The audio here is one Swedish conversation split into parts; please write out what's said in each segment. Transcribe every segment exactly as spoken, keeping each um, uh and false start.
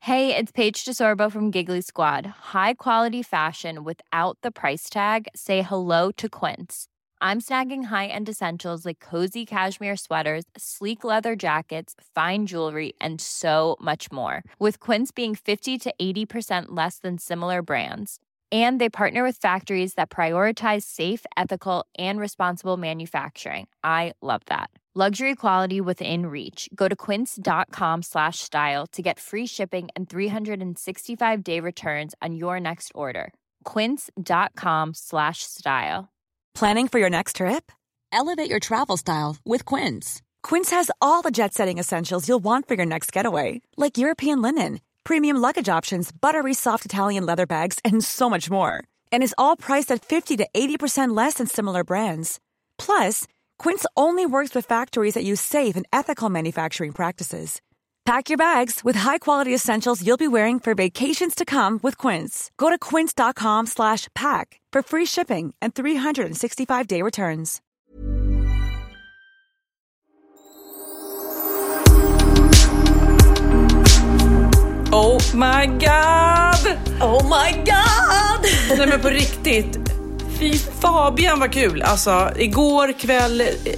Hey, it's Paige DeSorbo from Giggly Squad. High quality fashion without the price tag. Say hello to Quince. I'm snagging high-end essentials like cozy cashmere sweaters, sleek leather jackets, fine jewelry, and so much more. With Quince being fifty to eighty percent less than similar brands. And they partner with factories that prioritize safe, ethical, and responsible manufacturing. I love that. Luxury quality within reach. Go to quince.com slash style to get free shipping and three sixty-five day returns on your next order. Quince.com slash style. Planning for your next trip? Elevate your travel style with Quince. Quince has all the jet-setting essentials you'll want for your next getaway, like European linen, premium luggage options, buttery soft Italian leather bags, and so much more. And is all priced at fifty to eighty percent less than similar brands. Plus, Quince only works with factories that use safe and ethical manufacturing practices. Pack your bags with high-quality essentials you'll be wearing for vacations to come with Quince. Go to quince.com slash pack for free shipping and three sixty-five day returns. Oh my god! Oh my god! Nej men på riktigt. Fy Fabian, vad kul. Alltså, igår kväll,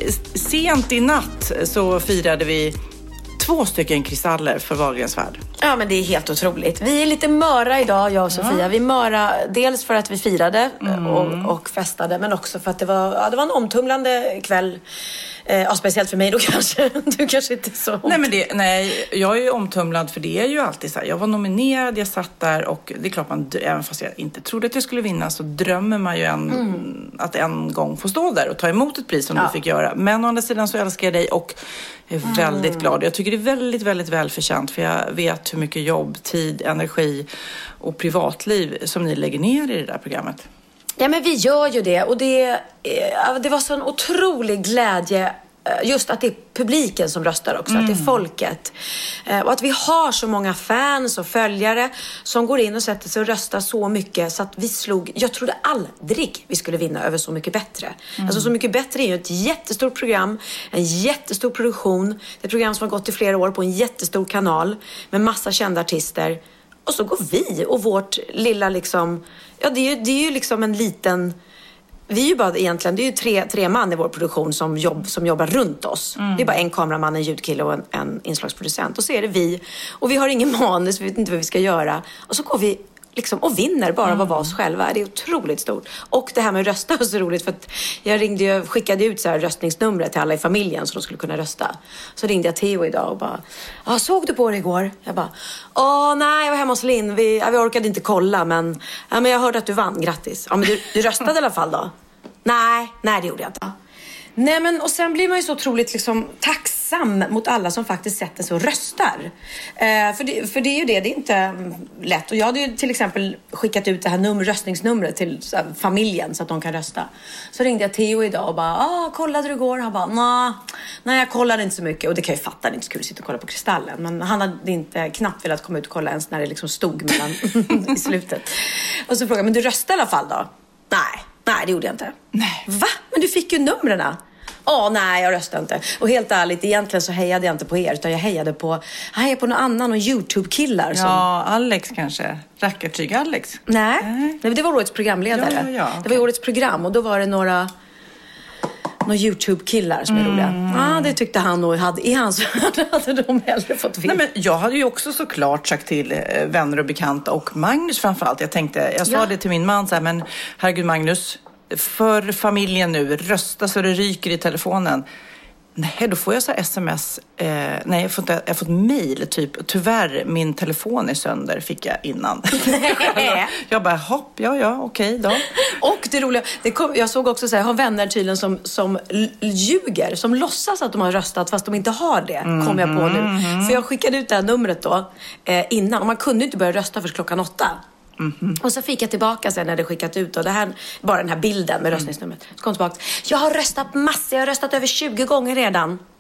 sent i natt, så firade vi två stycken kristaller för Wahlgrens värld. Ja, men det är helt otroligt. Vi är lite möra idag, jag och Sofia. Ja. Vi är möra dels för att vi firade mm. och, och festade, men också för att det var, ja, det var en omtumlande kväll. Eh, ja, speciellt för mig då kanske. Du kanske inte så. Nej, men det, nej, jag är ju omtumlad, för det är ju alltid så här. Jag var nominerad, jag satt där, och det är klart man, även fast jag inte trodde att jag skulle vinna, så drömmer man ju en, mm. att en gång få stå där och ta emot ett pris som ja. du fick göra. Men å andra sidan så älskar jag dig och är mm. väldigt glad. Jag tycker det är väldigt, väldigt välförtjänt, för jag vet hur mycket jobb, tid, energi och privatliv som ni lägger ner i det där programmet. Ja, men vi gör ju det, och det, det var så en otrolig glädje just att det är publiken som röstar också, mm. att det är folket. Och att vi har så många fans och följare som går in och sätter sig och röstar så mycket så att vi slog, jag trodde aldrig vi skulle vinna över Så mycket bättre. Mm. Alltså Så mycket bättre är ju ett jättestort program, en jättestor produktion. Det är ett program som har gått i flera år på en jättestor kanal med massa kända artister. Och så går vi och vårt lilla liksom, ja det är ju, det är ju liksom en liten, vi är ju bara egentligen, det är ju tre, tre man i vår produktion som, jobb, som jobbar runt oss. Mm. Det är bara en kameraman, en ljudkille och en, en inslagsproducent. Och så är det vi, och vi har ingen manus, vi vet inte vad vi ska göra. Och så går vi liksom och vinner bara av att vara oss själva. Det är otroligt stort. Och det här med rösta är så roligt, för att jag ringde ju, skickade ut så här röstningsnumret till alla i familjen så de skulle kunna rösta. Så ringde jag Theo idag och bara, ah, såg du på det igår? Jag bara, åh nej, jag var hemma hos Linn. Vi, ja, vi orkade inte kolla, men, ja, men jag hörde att du vann, grattis. Ja, men du, du röstade i alla fall då? Nej, nej det gjorde jag inte. Nej, men och sen blir man ju så otroligt liksom tacksam mot alla som faktiskt sätter sig och röstar. Eh, för, det, för det är ju det, det är inte lätt. Och jag hade ju till exempel skickat ut det här nummer, röstningsnumret till så här, familjen så att de kan rösta. Så ringde jag Theo idag och bara, ah, kollade du igår? Han bara, nah, nej jag kollade inte så mycket. Och det kan jag ju fatta, det är inte så kul att sitta och kolla på Kristallen. Men han hade inte knappt velat komma ut och kolla ens när det liksom stod mellan i slutet. Och så frågade jag, men du röstade i alla fall då? Nej. Nej, det gjorde jag inte. Nej. Va? Men du fick ju numren. Åh, nej, jag röstade inte. Och helt ärligt, egentligen så hejade jag inte på er, utan jag hejade på, jag hejade på någon annan, och YouTube-killar. Som... Ja, Alex kanske. Rackartyg Alex. Nej, nej. Det var årets programledare. Ja, ja, okay. Det var årets program, och då var det några... några YouTube-killar som är mm. roliga. Ja, ah, det tyckte han nog hade, i hans hade de hellre fått vinna. Nej, men jag hade ju också såklart sagt till eh, vänner och bekanta och Magnus framförallt. Jag tänkte, jag sa ja. det till min man så här, men herregud Magnus, för familjen nu, rösta så det ryker i telefonen. Nej, då får jag så här sms. Eh, nej, jag får inte, jag har fått mejl typ. Tyvärr, min telefon är sönder, fick jag innan. Jag bara, hopp, ja, ja, okej då. Och det roliga, det kom, jag såg också så här, jag har vänner tydligen som, som ljuger, som låtsas att de har röstat fast de inte har det, mm, kom jag på nu. Mm. För jag skickade ut det här numret då eh, innan, och man kunde inte börja rösta först klockan åtta. Mm-hmm. Och så fick jag tillbaka sen när det skickat ut och det här, bara den här bilden med röstningsnumret. Så kom tillbaka. Jag har röstat massor, jag har röstat över tjugo gånger redan.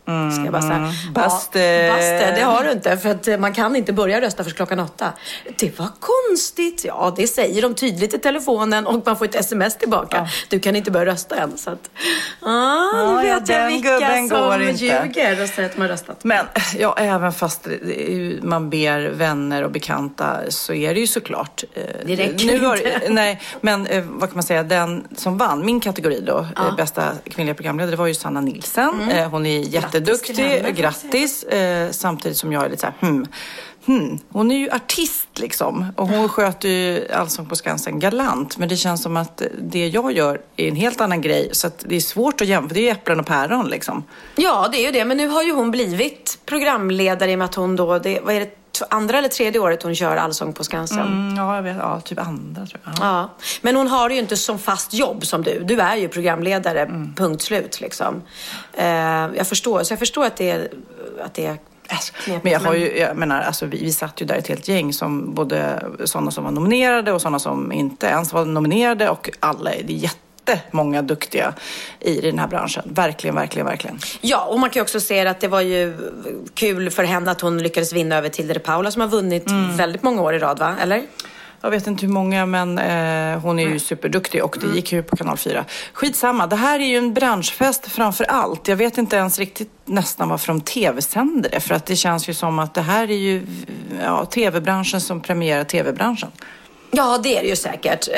Mm, Ska jag bara säga. mm. Baste. Ja, baste, det har du inte. För att man kan inte börja rösta för klockan åtta. Det var konstigt. Ja, det säger de tydligt i telefonen. Och man får ett sms tillbaka. Ja. Du kan inte börja rösta än. Så att, ah, ja, nu vet ja, jag vilka som inte. ljuger och säger att de har röstat. Men ja, även fast man ber vänner och bekanta så är det ju såklart. Det räcker nu var, inte. Nej, men vad kan man säga? Den som vann min kategori då, ja. bästa kvinnliga programledare, det var ju Sanna Nilsson. Mm. Hon är jätteduktig. Grattis, grattis eh, samtidigt som jag är lite så här, hmm, hmm. Hon är ju artist liksom. Och hon sköter ju Allsång på Skansen galant. Men det känns som att det jag gör är en helt annan grej. Så att det är svårt att jämföra. Det är ju äpplen och päron liksom. Ja, det är ju det. Men nu har ju hon blivit programledare i och med att hon då, det, vad är det, andra eller tredje året hon kör Allsång på Skansen? Mm, ja, jag vet. Ja, typ andra tror jag. Ja. Ja. Men hon har ju inte som fast jobb som du. Du är ju programledare, mm. punkt slut liksom. Uh, jag förstår, så jag förstår att det är, att det är knepigt. Men jag har ju, jag menar, alltså vi, vi satt ju där ett helt gäng som både sådana som var nominerade och sådana som inte ens var nominerade och alla, det är jätte många duktiga i den här branschen. Verkligen, verkligen, verkligen. Ja, och man kan ju också se att det var ju kul för henne att hon lyckades vinna över Tilde de Paula som har vunnit mm. väldigt många år i rad, va? Eller? Jag vet inte hur många, men eh, hon är ju superduktig och det gick ju på kanal fyra. Skitsamma, det här är ju en branschfest framför allt. Jag vet inte ens riktigt nästan varför de tv-sänder det. För att det känns ju som att det här är ju ja, tv-branschen som premierar tv-branschen. Ja, det är det ju säkert.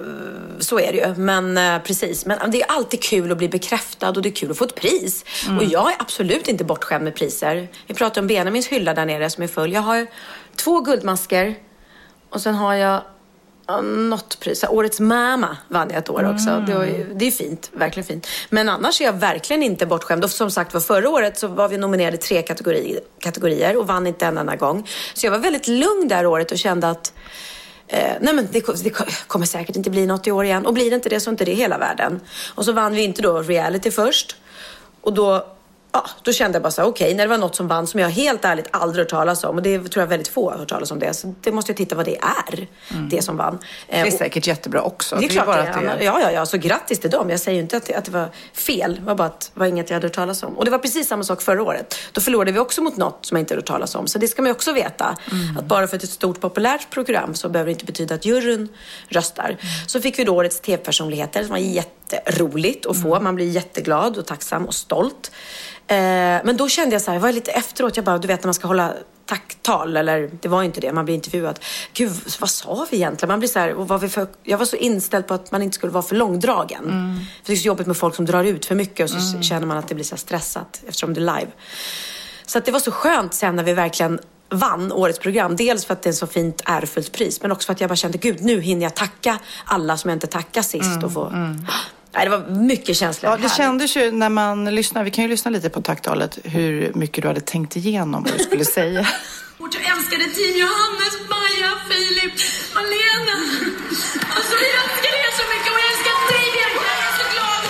Så är det ju. Men precis. Men det är alltid kul att bli bekräftad och det är kul att få ett pris. Mm. Och jag är absolut inte bortskämd med priser. Vi pratar om Benjamins hylla där nere som är full. Jag har två guldmasker och sen har jag något pris. Årets mamma vann jag ett år också. Mm. Det, var, det är fint, verkligen fint. Men annars är jag verkligen inte bortskämd. Och som sagt, för förra året så var vi nominerade tre kategorier, kategorier och vann inte en enda gång. Så jag var väldigt lugn där året och kände att Eh, nej men det, det kommer säkert inte bli något i år igen. Och blir det inte det så är inte det hela världen. Och så vann vi inte då reality först. Och då, ja, då kände jag bara så här, okej, okay, när det var något som vann som jag helt ärligt aldrig hört talas om. Och det tror jag väldigt få har hört talas om det. Så det måste jag titta vad det är, mm. det som vann. Det är säkert jättebra också. Det är, det är klart bara det är. Att det är. Ja, ja, ja, så grattis till dem. Jag säger ju inte att det, att det var fel. Det var bara att det var inget jag hade hört talas om. Och det var precis samma sak förra året. Då förlorade vi också mot något som jag inte hade hört talas om. Så det ska man ju också veta. Mm. Att bara för att ett stort populärt program så behöver det inte betyda att juryn röstar. Mm. Så fick vi då årets tv-personligheter som var jätteroligt att få. Mm. Man blir jätteglad och tacksam och stolt. Eh, men då kände jag så här, jag var lite efteråt. Jag bara, du vet när man ska hålla tacktal, eller det var inte det, man blir intervjuad. Gud, vad sa vi egentligen? Man blir så här, och var vi för, jag var så inställd på att man inte skulle vara för långdragen. Mm. För det är så jobbigt med folk som drar ut för mycket och så mm. känner man att det blir så här stressat eftersom det är live. Så att det var så skönt sen när vi verkligen vann årets program. Dels för att det är ett så fint ärofullt pris, men också för att jag bara kände, gud, nu hinner jag tacka alla som jag inte tackade sist mm. och få... Mm. Nej, det var mycket känsligt. Ja, det kändes ju när man lyssnar, vi kan ju lyssna lite på tacktalet, hur mycket du hade tänkt igenom vad du skulle säga. Jag älskade Team Johannes, Maja, Filip, Malena. Alltså jag älskar er så mycket och jag älskar dig, Bianca. Jag är så glad.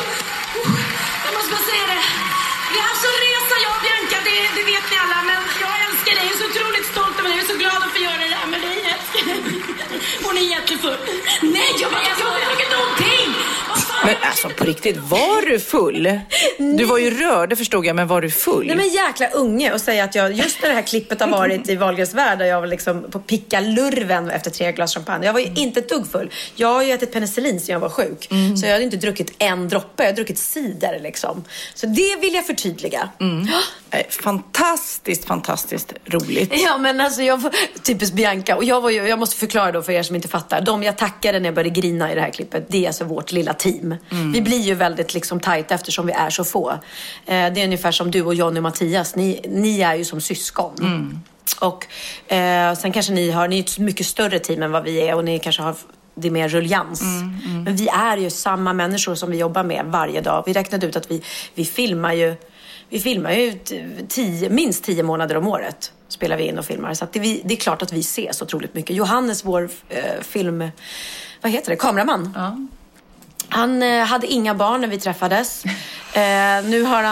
Jag måste bara säga det. Vi har haft så resa, jag och Bianca, det, det vet ni alla. Men jag älskar dig, jag är så otroligt stolt över dig. Jag är så glad att få göra det här med dig. Jag älskar dig. Hon är jättefull. Nej, jag har inte druckit någonting. Men alltså på riktigt, var du full? Du var ju rörd, det förstod jag, men var du full? Nej men jäkla unge och säga att jag, just när det här klippet har varit i Wahlgrens värld där jag var liksom på picka lurven efter tre glas champagne. Jag var ju mm. inte ett dugg full. Jag har ju ätit penicillin sen jag var sjuk. Mm. Så jag hade inte druckit en droppe, jag hade druckit cider liksom. Så det vill jag förtydliga. Mm. Fantastiskt, fantastiskt roligt. Ja men alltså jag var typiskt Bianca. Och jag, var ju, jag måste förklara då för er som inte fattar. De jag tackade när jag började grina i det här klippet, det är alltså vårt lilla team. Mm. Vi blir ju väldigt liksom tajta eftersom vi är så få. Eh, det är ungefär som du och Johnny och Mattias. Ni, ni är ju som syskon. Mm. Och eh, sen kanske ni har, ni är ett mycket större team än vad vi är. Och ni kanske har det är mer ruljans. Mm, mm. Men vi är ju samma människor som vi jobbar med varje dag. Vi räknade ut att vi, vi filmar ju Vi filmar ju tio, minst tio månader om året. Spelar vi in och filmar. Så att det, det är klart att vi ses otroligt mycket. Johannes, vår eh, film... Vad heter det? Kameraman. Ja. Han eh, hade inga barn när vi träffades. Eh, nu har han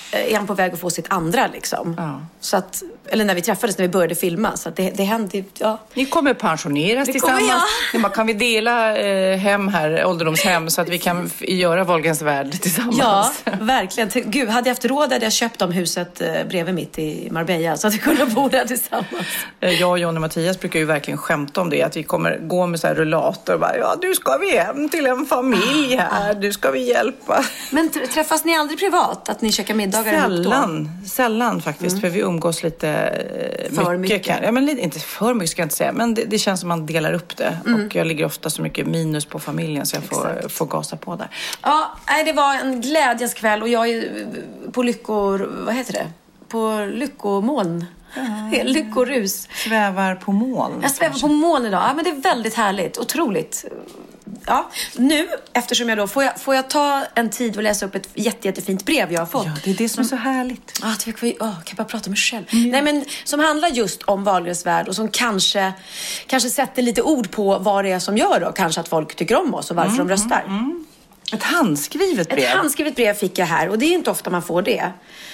är han på väg att få sitt andra liksom. Ja. Så att, eller när vi träffades, när vi började filma. Så att det, det hände, ja. Ni kommer pensioneras Det tillsammans. kommer jag. Ni bara, kan vi dela eh, hem här, ålderdomshem, så att vi kan f- göra Wahlgrens värld tillsammans? Ja, verkligen. Till- Gud, hade jag haft råd hade jag köpt om huset eh, bredvid mitt i Marbella. Så att vi kunde bo där tillsammans. Eh, Jag och John och Mattias brukar ju verkligen skämta om det. Att vi kommer gå med så här rullator och bara, ja, du ska vi hem till en familj här. Du ska vi hjälpa. Men t- träffas ni aldrig privat? Att ni käkar middagar ihop då? Sällan, sällan faktiskt. Mm. För vi umgås lite eh, För mycket. mycket. Kan, ja, men lite, inte för mycket ska jag inte säga. Men det, det känns som man delar upp det. Mm. Och jag ligger ofta så mycket minus på familjen. Så jag får, får gasa på där. Ja, nej, det var en glädjens kväll. Och jag är på lyckor... Vad heter det? På lyckomoln. Ja. Lyckorus. Svävar på moln. Jag svävar på moln idag. Ja, men det är väldigt härligt. Otroligt. Ja, nu, eftersom jag då... Får jag, får jag ta en tid och läsa upp ett jätte, jättefint brev jag har fått? Ja, det är det som är så härligt. Ah, jag kan jag bara prata med mig själv. Mm. Nej, men som handlar just om Wahlgrens värld och som kanske, kanske sätter lite ord på vad det är som gör då. Kanske att folk tycker om oss och varför mm, de röstar. Mm, mm. Ett handskrivet brev. Ett handskrivet brev fick jag här och det är inte ofta man får det.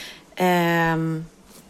Ehm,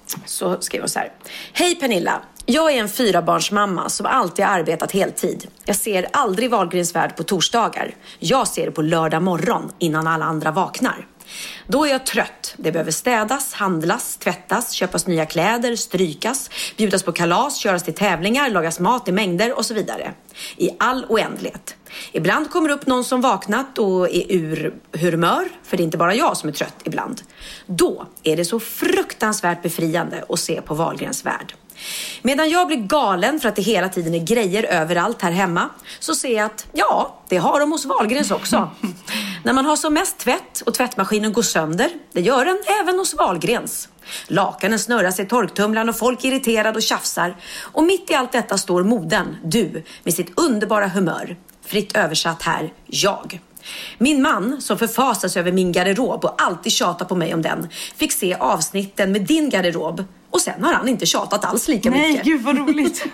så skriver hon så här. Hej Pernilla. Jag är en fyrabarnsmamma som alltid har arbetat heltid. Jag ser aldrig Wahlgrens värld på torsdagar. Jag ser det på lördag morgon innan alla andra vaknar. Då är jag trött. Det behöver städas, handlas, tvättas, köpas nya kläder, strykas, bjudas på kalas, köras till tävlingar, lagas mat i mängder och så vidare. I all oändlighet. Ibland kommer upp någon som vaknat och är ur humör, för det är inte bara jag som är trött ibland. Då är det så fruktansvärt befriande att se på Wahlgrens värld. Medan jag blir galen för att det hela tiden är grejer överallt här hemma, så ser jag att ja, det har de hos Wahlgrens också. När man har som mest tvätt och tvättmaskinen går sönder, det gör den även hos Wahlgrens. Lakanen snurras i torktumlaren och folk är irriterade och tjafsar. Och mitt i allt detta står moden, du, med sitt underbara humör. Fritt översatt här, jag. Min man, som förfasas över min garderob och alltid tjatar på mig om den, fick se avsnitten med din garderob. Och sen har han inte tjatat alls lika Nej, mycket. Nej, gud vad roligt.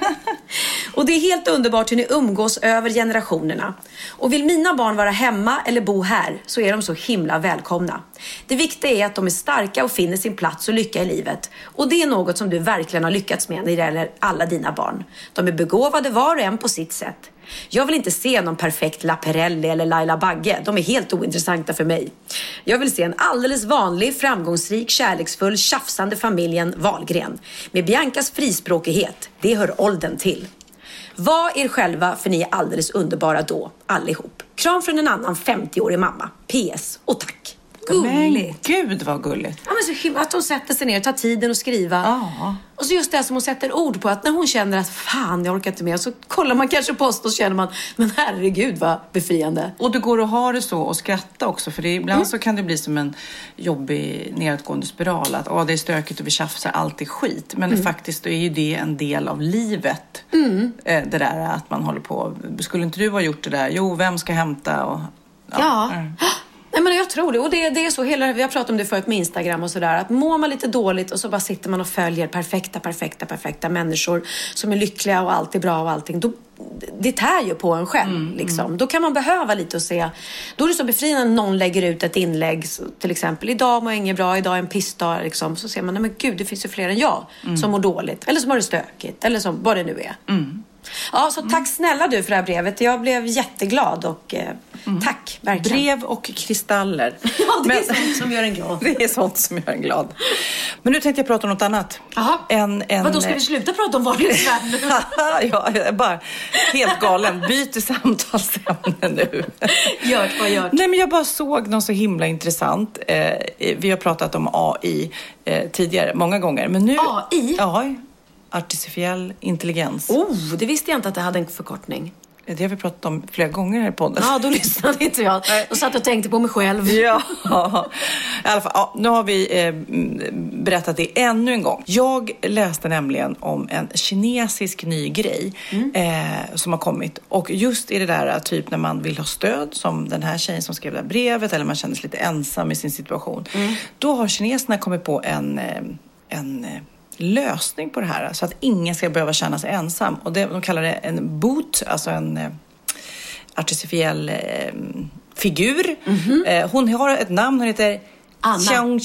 Och det är helt underbart hur ni umgås över generationerna. Och vill mina barn vara hemma eller bo här, så är de så himla välkomna. Det viktiga är att de är starka och finner sin plats och lycka i livet. Och det är något som du verkligen har lyckats med när det gäller alla dina barn. De är begåvade var och en på sitt sätt. Jag vill inte se någon perfekt Laperelli eller Laila Bagge. De är helt ointressanta för mig. Jag vill se en alldeles vanlig, framgångsrik, kärleksfull, tjafsande familjen Wahlgren. Med Biancas frispråkighet. Det hör åldern till. Var er själva, för ni är alldeles underbara då, allihop. Kram från en annan femtioårig mamma. P S och tack. Gulligt. Men gud vad gulligt. Ja, men så himla att hon sätter sig ner och tar tiden att skriva. Ja. Och så just det som hon sätter ord på, att när hon känner att fan, jag orkar inte mer, så kollar man kanske post och så känner man, men herregud vad befriande. Och det går att ha det så och skratta också, för det, ibland mm. så kan det bli som en jobbig nedåtgående spiral, att åh, det är stökigt och vi tjafsar, allt är skit. Men mm. faktiskt är ju det en del av livet. Mm. Det där att man håller på, skulle inte du ha gjort det där? Jo, vem ska hämta? Och, ja. ja. Mm. Nej, men jag tror det. Och det, det är så, hela, vi har pratat om det förut med Instagram och sådär, att mår man lite dåligt och så bara sitter man och följer perfekta, perfekta, perfekta människor som är lyckliga och allt är bra och allting, då, det tär ju på en själv mm, liksom. Mm. Då kan man behöva lite att se, då är det så befriande när någon lägger ut ett inlägg, till exempel, idag mår jag inget bra, idag är en pissdag liksom. Så ser man, nej men gud, det finns ju fler än jag mm. som mår dåligt, eller som har det stökigt, eller som, vad det nu är. Mm. Ja, så tack snälla du för det här brevet. Jag blev jätteglad och eh, mm. tack, verkligen. Brev och kristaller. Ja, det Men, är sånt som gör en glad. Det är sånt som gör en glad. Men nu tänkte jag prata om något annat. Jaha, en, en... vad då ska vi sluta prata om Wahlgrens värld? Ja, jag är bara helt galen. Byter samtalsämne nu. Gör vad gör. Nej, men jag bara såg något så himla intressant. Eh, vi har pratat om A I eh, tidigare, många gånger. Men nu... A I? Ja, artificiell intelligens. Oh, det visste jag inte att det hade en förkortning. Det har vi pratat om flera gånger här i podden. Ja, då lyssnade inte jag. Då satt och tänkte på mig själv. Ja, i alla fall. Ja, nu har vi eh, berättat det ännu en gång. Jag läste nämligen om en kinesisk ny grej mm. eh, som har kommit. Och just i det där typ när man vill ha stöd, som den här tjejen som skrev det här brevet, eller man känner sig lite ensam i sin situation. Mm. Då har kineserna kommit på en... Eh, en lösning på det här, så att ingen ska behöva känna sig ensam. Och det, de kallar det en bot, alltså en eh, artificiell eh, figur. Mm-hmm. Eh, hon har ett namn, hon heter Anna. Xiaoqi.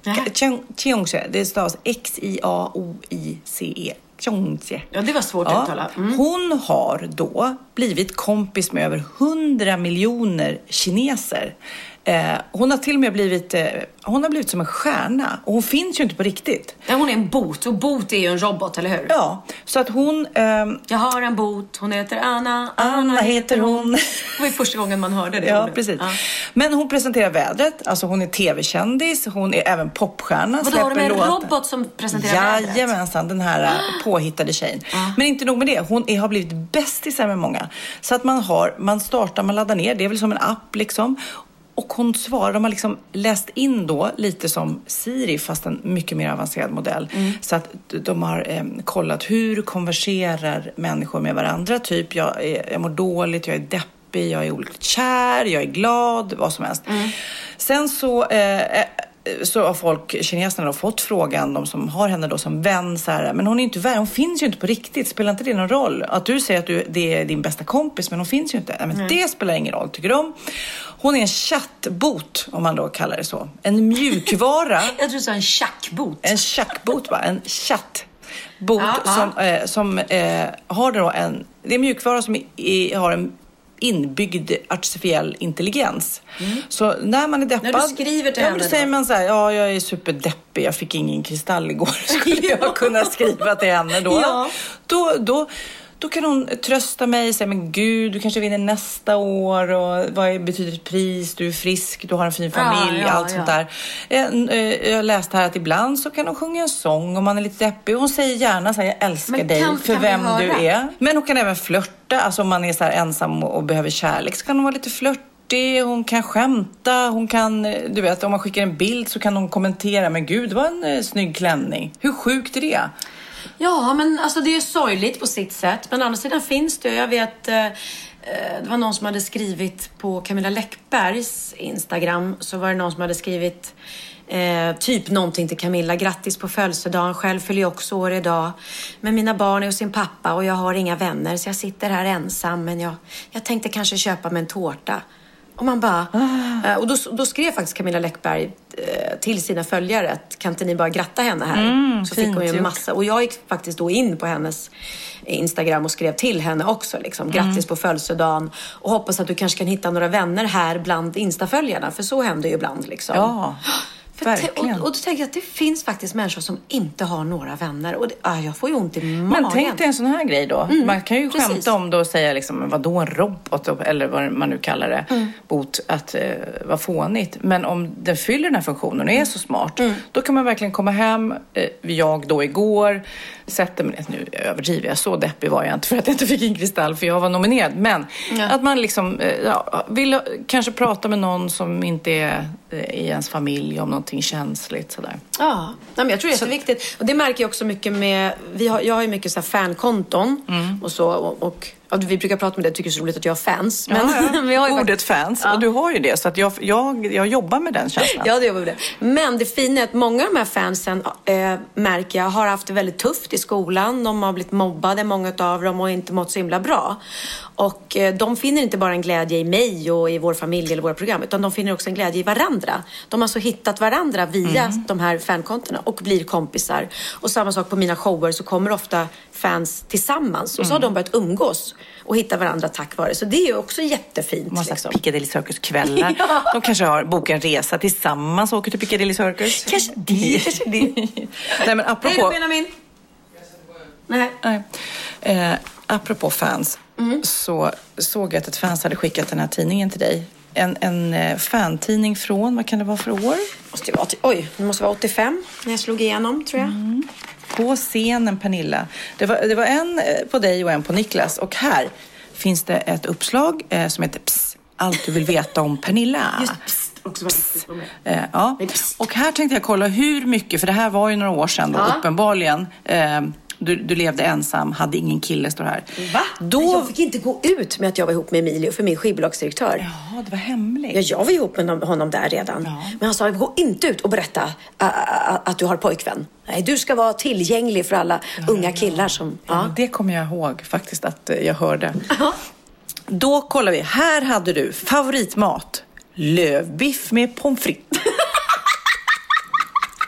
Xiaoice, det stavas X I A O I C E. Xiaoice. Ja, det var svårt att uttala. Mm. Hon har då blivit kompis med över hundra miljoner kineser. Eh, hon har till och med blivit eh, hon har blivit som en stjärna och hon finns ju inte på riktigt. Ja, hon är en bot och bot är ju en robot, eller hur? Ja, så att hon eh, jag har en bot, hon heter Anna. Anna, Anna heter hon. Det var ju första gången man hörde det. Ja, precis. Ja. Men hon presenterar vädret, alltså hon är tv-kändis, hon är även popstjärna. Vadå, har de en robot som presenterar vädret? Jajamensan, den här ah. påhittade tjejen. Ah. Men inte nog med det, hon är, har blivit bästisar med många. Så att man har, man startar, man laddar ner, det är väl som en app liksom. Och hon svarar, de har liksom läst in då lite som Siri fast en mycket mer avancerad modell. Mm. Så att de har eh, kollat hur konverserar människor med varandra. Typ jag, är, jag mår dåligt, jag är deppig, jag är olyckligt kär, jag är glad, vad som helst. Mm. Sen så... Eh, så har folk, kineserna, då, fått frågan, de som har henne då som vän, så här, men hon är inte vän, hon finns ju inte på riktigt, spelar inte det någon roll? Att du säger att du, det är din bästa kompis, men hon finns ju inte. Men mm. det spelar ingen roll, tycker de. Hon är en chattbot, om man då kallar det så. En mjukvara. Jag tror du sa en chackbot. En chackbot, va? En chattbot ja, som, ja. Eh, som eh, har då en, det är en mjukvara som i, har en inbyggd artificiell intelligens. Mm. Så när man är deppad... När du skriver till ja, henne då säger man så här, ja, jag är superdeppig, jag fick ingen kristall igår. Skulle jag kunna skriva till henne då? Ja. Då, då, då kan hon trösta mig och säga, men gud, du kanske vinner nästa år och vad betyder ett pris? Du är frisk, du har en fin familj, ja, ja, allt ja. sånt där. Jag, jag läste här att ibland så kan hon sjunga en sång om man är lite deppig. Och hon säger gärna så här, jag älskar men dig kan, för kan vem du är. Men hon kan även flörta, alltså om man är så här ensam och behöver kärlek så kan hon vara lite flörtig. Hon kan skämta, hon kan, du vet, om man skickar en bild så kan hon kommentera, men gud, det var en eh, snygg klänning. Hur sjukt är det? Ja, men alltså det är sorgligt på sitt sätt. Men å andra sidan finns det, jag vet, eh, det var någon som hade skrivit på Camilla Läckbergs Instagram, så var det någon som hade skrivit eh, typ någonting till Camilla, grattis på födelsedagen, själv fyller jag också år idag. Men mina barn är hos sin pappa och jag har inga vänner, så jag sitter här ensam, men jag, jag tänkte kanske köpa mig en tårta. Och man bara... Ah. Och då, då skrev faktiskt Camilla Läckberg eh, till sina följare att kan inte ni bara gratta henne här? Mm, så fick hon ju en massa. Och jag gick faktiskt då in på hennes Instagram och skrev till henne också. Liksom, grattis mm. på födelsedagen. Och hoppas att du kanske kan hitta några vänner här bland Instaföljarna. För så händer ju ibland liksom. Ja. För te- och, och då tänker jag att det finns faktiskt människor som inte har några vänner. Och det, ah, jag får ju ont i magen. Men tänk dig en sån här grej då. Mm, man kan ju precis. skämta om då och säga liksom, vadå en robot eller vad man nu kallar det. Mm. Bot att eh, vara fånigt. Men om den fyller den här funktionen och är så smart. Mm. Då kan man verkligen komma hem. Eh, jag då igår sätter mig, nu överdriver jag, så deppig var jag inte för att jag inte fick en kristall för jag var nominerad. Men ja. att man liksom eh, ja, vill kanske prata med någon som inte är eh, i ens familj om någonting känsligt sådär. Ja, men jag tror det är så viktigt. Och det märker jag också mycket med, vi har, jag har ju mycket så här fankonton mm. och så och, och ja, vi brukar prata med det, jag tycker det är så roligt att jag har fans. Men, ja, ja. vi har ju ordet faktiskt, fans, ja. och du har ju det så att jag, jag, jag jobbar med den känslan. Ja, det jobbar med det. Men det fina är att många av de här fansen äh, märker jag har haft det väldigt tufft i skolan. De har blivit mobbade, många av dem, och inte mått så himla bra. Och eh, de finner inte bara en glädje i mig och i vår familj eller våra program, utan de finner också en glädje i varandra. De har alltså hittat varandra via mm. de här fankontona och blir kompisar. Och samma sak på mina shower, så kommer ofta fans tillsammans och så har de börjat umgås och hitta varandra tack vare. Så det är ju också jättefint. Man har liksom. Piccadilly Circus-kvällar. Ja. De kanske har bokat en resa tillsammans och åker till Piccadilly Circus. Kanske det. Kanske det. Nej, men apropå... Nej, Benjamin. Nej. Nej. Eh, apropå fans mm. så såg jag att ett fans hade skickat den här tidningen till dig. En, en eh, fantidning från, vad kan det vara för år? Måste vara, oj, det måste vara åttiofem när jag slog igenom, tror jag. Mm. På scenen, Pernilla. Det var, det var en på dig och en på Niklas. Och här finns det ett uppslag eh, som heter Psst, allt du vill veta om Pernilla. Just psst, också psst. Eh, ja. Och här tänkte jag kolla hur mycket, för det här var ju några år sedan då, ja. uppenbarligen. Eh, Du, du levde ensam, hade ingen kille, står här. Va? Då... Men jag fick inte gå ut med att jag var ihop med Emilio, för min skivbolagsdirektör. Ja, det var hemligt. Ja, jag var ihop med honom där redan. Ja. Men han sa, gå inte ut och berätta uh, uh, att du har pojkvän. Nej, du ska vara tillgänglig för alla ja, unga killar som... Ja. Ja, det kommer jag ihåg faktiskt att jag hörde. Uh-huh. Då kollar vi. Här hade du favoritmat. Lövbiff med pommes frites.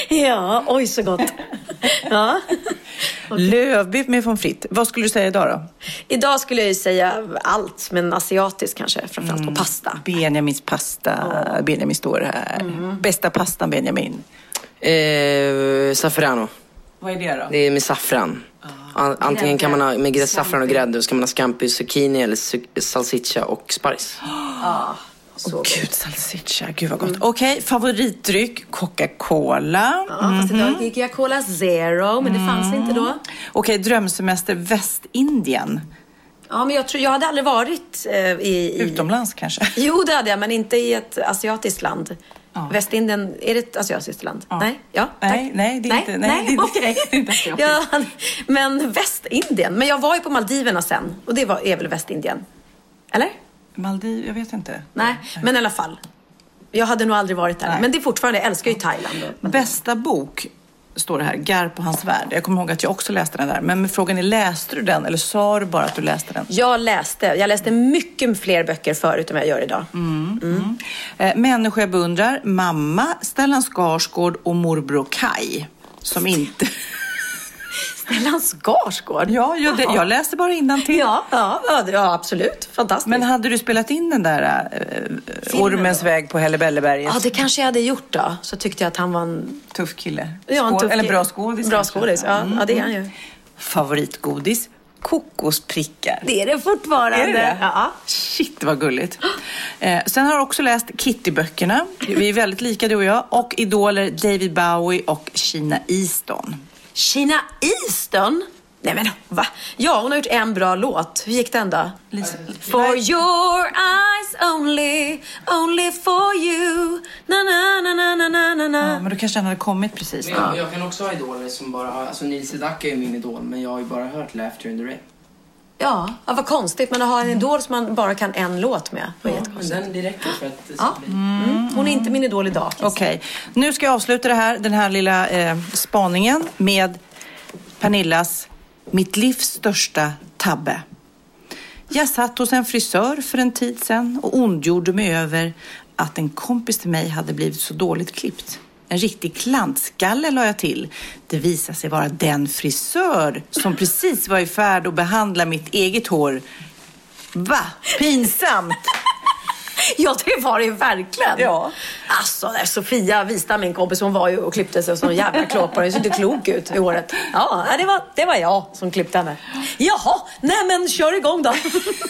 Ja, oj så gott. Ja. Okay. Lövbiff med pommes frites. Vad skulle du säga idag då? Idag skulle jag ju säga allt, men asiatiskt kanske, framförallt mm. på pasta. Benjamins pasta. Oh. Benjamin står här. Mm. Bästa pastan, Benjamin? Eh, Safrano. Vad är det då? Det är med saffran. Ah. Antingen kan man ha med saffran och grädde, och så kan man ha scampi, zucchini eller salsiccia och sparris. Ah. Åh oh, gud, salsiccia, gud vad gott. Mm. Okej, okay, favoritdryck, Coca-Cola. Ja, mm-hmm. fast idag gick jag Cola Zero, men det fanns mm. inte då. Okej, okay, drömsemester Västindien. Ja, men jag tror, jag hade aldrig varit eh, i, i... Utomlands kanske? Jo, det hade jag, men inte i ett asiatiskt land. Ja. Västindien, är det ett asiatiskt land? Ja. Nej, ja, tack. Nej, nej, det är nej, inte. Nej, nej okej. Okay. ja, men Västindien. Men jag var ju på Maldiverna sen, och det var, är väl Västindien? Eller? Maldiv, jag vet inte. Nej, men i alla fall. Jag hade nog aldrig varit där. Nej. Men det är fortfarande, jag älskar ju Thailand. Bästa bok, står det här, Garp och hans värld. Jag kommer ihåg att jag också läste den där. Men frågan är, läste du den eller sa du bara att du läste den? Jag läste. Jag läste mycket fler böcker förut än vad jag gör idag. Mm, mm. Mm. Eh, människor jag beundrar, mamma, Stellan Skarsgård och morbror Kai. Som inte... Stellan Skarsgård? Ja, jag, det, jag läste bara innantill. Ja, ja, ja, ja, absolut. Fantastiskt. Men hade du spelat in den där äh, Ormens väg på Hellebelleberget? Ja, det kanske jag hade gjort då. Så tyckte jag att han var en... Tuff kille. Ja, en tuff Eller bra skådis. Bra skådis, ja. Mm. Ja, det är han ju. Favoritgodis? Kokosprickar. Det är det fortfarande. Är det det? Ja. Shit, vad gulligt. Eh, sen har jag också läst Kitty-böckerna. Vi är väldigt lika, du och jag. Och idoler David Bowie och Sheena Easton. Sheena Easton? Nej men va? Ja, hon har gjort en bra låt. Hur gick den då? Lisa. For your eyes only, only for you. Na na na na na na na. Ja, men då kanske han hade kommit precis. Men jag, jag kan också ha idoler som bara har... Alltså Nils Sedaka är ju min idol, men jag har ju bara hört Laughter in the Rain. Ja, ja vad konstigt. Men att ha en idol som man bara kan en låt med. Ja, den det räcker för att... Ja. Mm. Hon är inte min idol idag. Okej, okay. Nu ska jag avsluta det här, den här lilla eh, spaningen med Pernillas Mitt livs största tabbe. Jag satt hos en frisör för en tid sedan och ondgjorde mig över att en kompis till mig hade blivit så dåligt klippt. En riktig klantskalle la jag till. Det visade sig vara den frisör som precis var i färd att behandla mitt eget hår. Va? Pinsamt! Ja, det var det verkligen. Ja. Alltså, där Sofia visade min kompis, hon var ju och klippte sig som en jävla klåpare. Det såg inte klok ut i håret. Ja, det var, det var jag som klippte henne. Jaha, nej men kör igång då.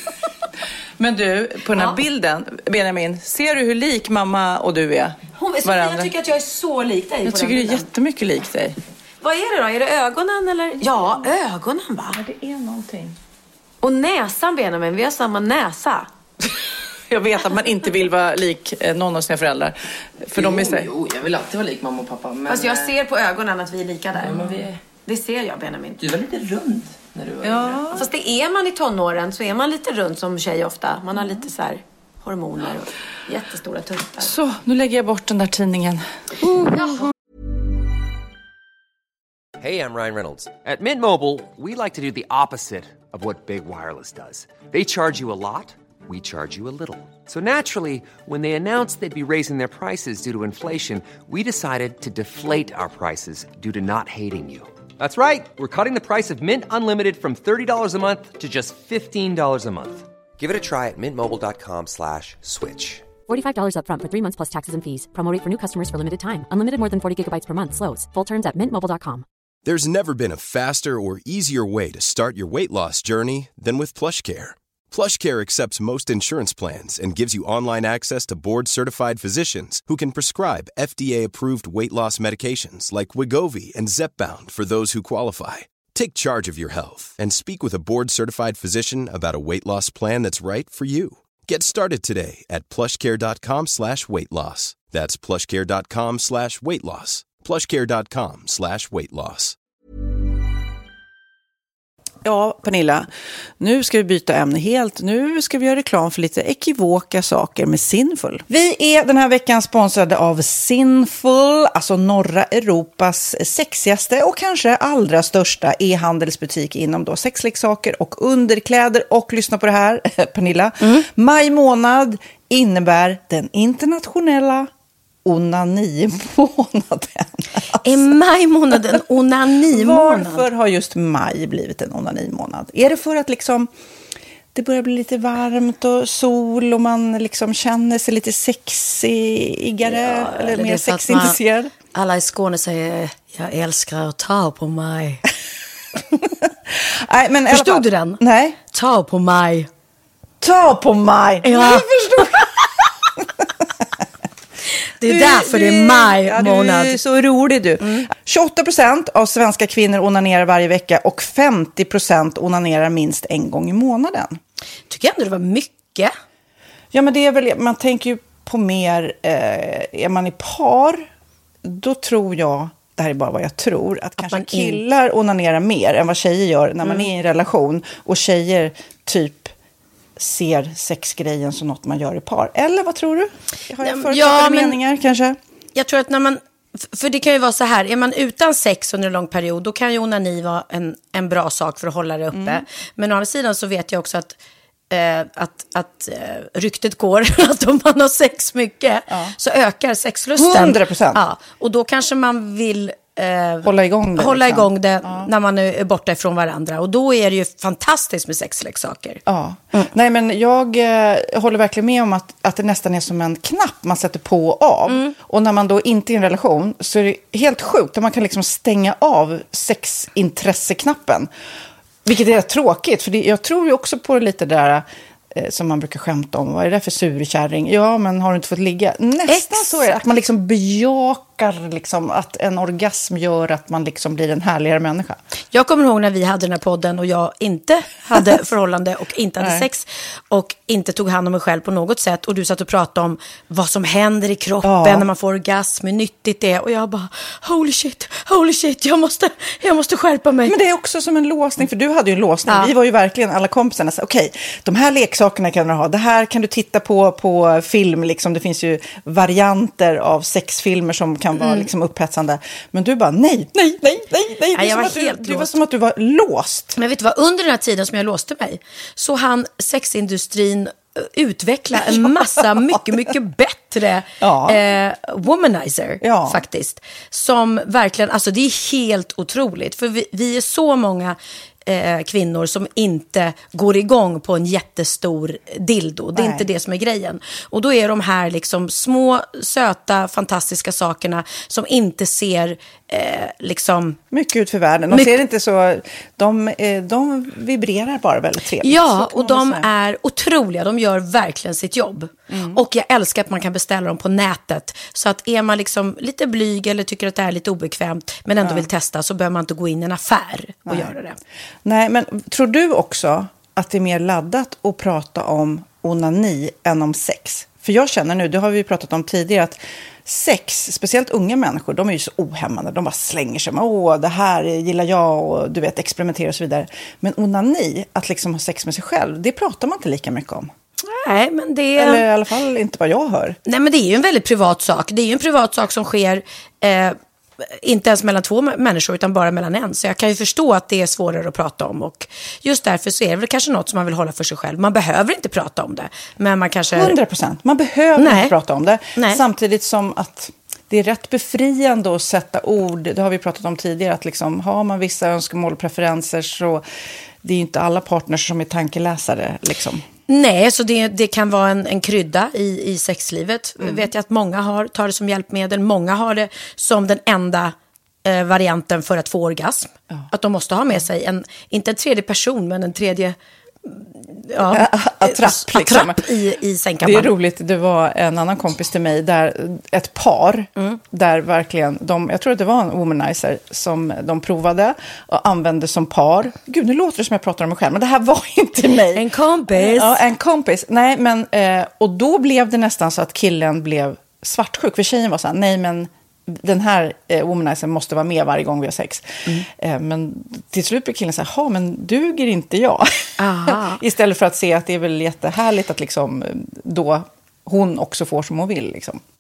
Men du, på den här ja. bilden, Benjamin, ser du hur lik mamma och du är? Hon, Sofia tycker att jag är så lik dig. Jag tycker du är jättemycket lik dig. Vad är det då? Är det ögonen eller? Ja, ögonen va? Ja, det är någonting. Och näsan, Benjamin, vi har samma näsa. Jag vet att man inte vill vara lik någon av sina föräldrar. För jo, de är så... jo, jag vill alltid vara lik mamma och pappa. Men... Fast jag ser på ögonen att vi är lika där. Ja, men vi är... Det ser jag, Benjamin. Du var lite rund när du var ja. yngre. Fast det är man i tonåren, så är man lite rund som tjej ofta. Man har lite så här hormoner och jättestora tuttar. Så, nu lägger jag bort den där tidningen. Uh. Hey, I'm Ryan Reynolds. At Mint Mobile, we like to do the opposite of what Big Wireless does. They charge you a lot. We charge you a little. So naturally, when they announced they'd be raising their prices due to inflation, we decided to deflate our prices due to not hating you. That's right. We're cutting the price of Mint Unlimited from thirty dollars a month to just fifteen dollars a month. Give it a try at mintmobile.com slash switch. forty-five dollars up front for three months plus taxes and fees. Promo rate for new customers for limited time. Unlimited more than forty gigabytes per month. Slows full terms at mint mobile dot com. There's never been a faster or easier way to start your weight loss journey than with PlushCare. PlushCare accepts most insurance plans and gives you online access to board-certified physicians who can prescribe F D A-approved weight loss medications like Wegovy and Zepbound for those who qualify. Take charge of your health and speak with a board-certified physician about a weight loss plan that's right for you. Get started today at plushcare.com slash weight loss. That's plushcare.com slash weight loss. plushcare.com slash weight loss. Ja, Pernilla, nu ska vi byta ämne helt. Nu ska vi göra reklam för lite ekivoka saker med Sinful. Vi är den här veckan sponsrade av Sinful, alltså norra Europas sexigaste och kanske allra största e-handelsbutik inom då sexleksaker och underkläder. Och lyssna på det här, Pernilla. Mm. Maj månad innebär den internationella onanimånaden. Alltså. Är maj månaden onanimånad? Varför har just maj blivit en onanimånad? Är det för att liksom det börjar bli lite varmt och sol och man liksom känner sig lite sexigare ja, eller, eller mer sexintresserad? Alla i Skåne säger jag älskar att ta på mig. Nej, men förstod fall, du den? Nej. Ta på mig. Ta på mig. Ja. Jag förstår. Det är du, därför du, det är maj ja, månad. Du är så rolig du. Mm. tjugoåtta procent av svenska kvinnor onanerar varje vecka och femtio procent onanerar minst en gång i månaden. Tycker jag ändå det var mycket. Ja, men det är väl, man tänker ju på mer, eh, är man i par, då tror jag, det här är bara vad jag tror, att, att kanske killar in... onanerar mer än vad tjejer gör när mm. man är i en relation. Och tjejer typ ser sexgrejen som något man gör i par. Eller vad tror du? Har jag förutsatta ja, meningar kanske? Jag tror att när man, för det kan ju vara så här, är man utan sex under en lång period, då kan ju onani vara en, en bra sak för att hålla det uppe. Mm. Men å andra sidan så vet jag också att Eh, att, att eh, ryktet går att om man har sex mycket ja. så ökar sexlusten. hundra procent. Ja, och då kanske man vill eh, hålla igång det, hålla liksom. igång det ja. när man är borta ifrån varandra. Och då är det ju fantastiskt med sexleksaker. Ja. Mm. Nej, men jag eh, håller verkligen med om att, att det nästan är som en knapp man sätter på och av. Mm. Och när man då inte är i en relation så är det helt sjukt att man kan liksom stänga av sexintresseknappen. Vilket är tråkigt, för det, jag tror ju också på lite där eh, som man brukar skämta om. Vad är det för surkärring? Ja, men har du inte fått ligga? Nästan Exakt. Så är det, att man liksom bejakar liksom, att en orgasm gör att man liksom blir en härligare människa. Jag kommer ihåg när vi hade den här podden och jag inte hade förhållande och inte hade sex och inte tog hand om mig själv på något sätt. Och du satt och pratade om vad som händer i kroppen ja. när man får orgasm, hur nyttigt det är. Och jag bara, holy shit, holy shit, jag måste, jag måste skärpa mig. Men det är också som en låsning, för du hade ju en låsning. Ja. Vi var ju verkligen alla kompisarna. Okej, okay, de här leksakerna kan du ha. Det här kan du titta på på film. Liksom. Det finns ju varianter av sexfilmer som kan vara mm. liksom upphetsande. Men du bara, nej, nej, nej, nej, nej. Ja, jag var helt du, det var som att du var låst. Men vet du vad, under den här tiden som jag låste mig så hann sexindustrin utveckla en massa mycket, mycket bättre ja. eh, womanizer ja. faktiskt. Som verkligen, alltså det är helt otroligt. För vi, vi är så många eh, kvinnor som inte går igång på en jättestor dildo. Det är Nej. inte det som är grejen. Och då är de här liksom små, söta, fantastiska sakerna som inte ser eh, liksom... mycket ut för världen. De mycket... ser inte så... De, eh, de vibrerar bara väldigt trevligt. Ja, och de är otroliga. De gör verkligen sitt jobb. Mm. Och jag älskar att man kan beställa dem på nätet. Så att är man liksom lite blyg eller tycker att det är lite obekvämt men ändå ja. vill testa, så behöver man inte gå in i en affär och Nej. göra det. Nej, men tror du också att det är mer laddat att prata om onani än om sex? För jag känner nu, det har vi pratat om tidigare, att sex, speciellt unga människor, de är ju så ohämmande. De bara slänger sig med, åh, det här gillar jag och du vet, experimentera och så vidare. Men onani, att liksom ha sex med sig själv, det pratar man inte lika mycket om. Nej, men det... Eller i alla fall inte vad jag hör. Nej, men det är ju en väldigt privat sak. Det är ju en privat sak som sker... Eh... inte ens mellan två människor utan bara mellan en. Så jag kan ju förstå att det är svårare att prata om. Och just därför så är det väl kanske något som man vill hålla för sig själv. Man behöver inte prata om det. Men man kanske... hundra procent. Man behöver Nej. inte prata om det. Nej. Samtidigt som att det är rätt befriande att sätta ord. Det har vi pratat om tidigare. Att liksom, har man vissa önskemål och preferenser så det är ju inte alla partners som är tankeläsare. Liksom. Nej, så det, det kan vara en, en krydda i, i sexlivet. Mm. Vet jag att många har, tar det som hjälpmedel. Många har det som den enda eh, varianten för att få orgasm. Ja. Att de måste ha med sig, en, inte en tredje person, men en tredje... Ja, attrapp, liksom. attrapp i, i sängkammaren. Det är roligt, det var en annan kompis till mig där ett par mm. där verkligen de, jag tror att det var en womanizer som de provade och använde som par. Gud, nu låter det som jag pratar om mig själv, men det här var inte mig. En kompis. Ja, en kompis. Nej, men eh, och då blev det nästan så att killen blev svartsjuk, för tjejen var så här, nej men den här eh, womanizern måste vara med varje gång vi har sex. Mm. Eh, men till slut blir killen så här, ja men duger inte jag? Istället för att se att det är väl jättehärligt att liksom då hon också får som hon vill. Liksom.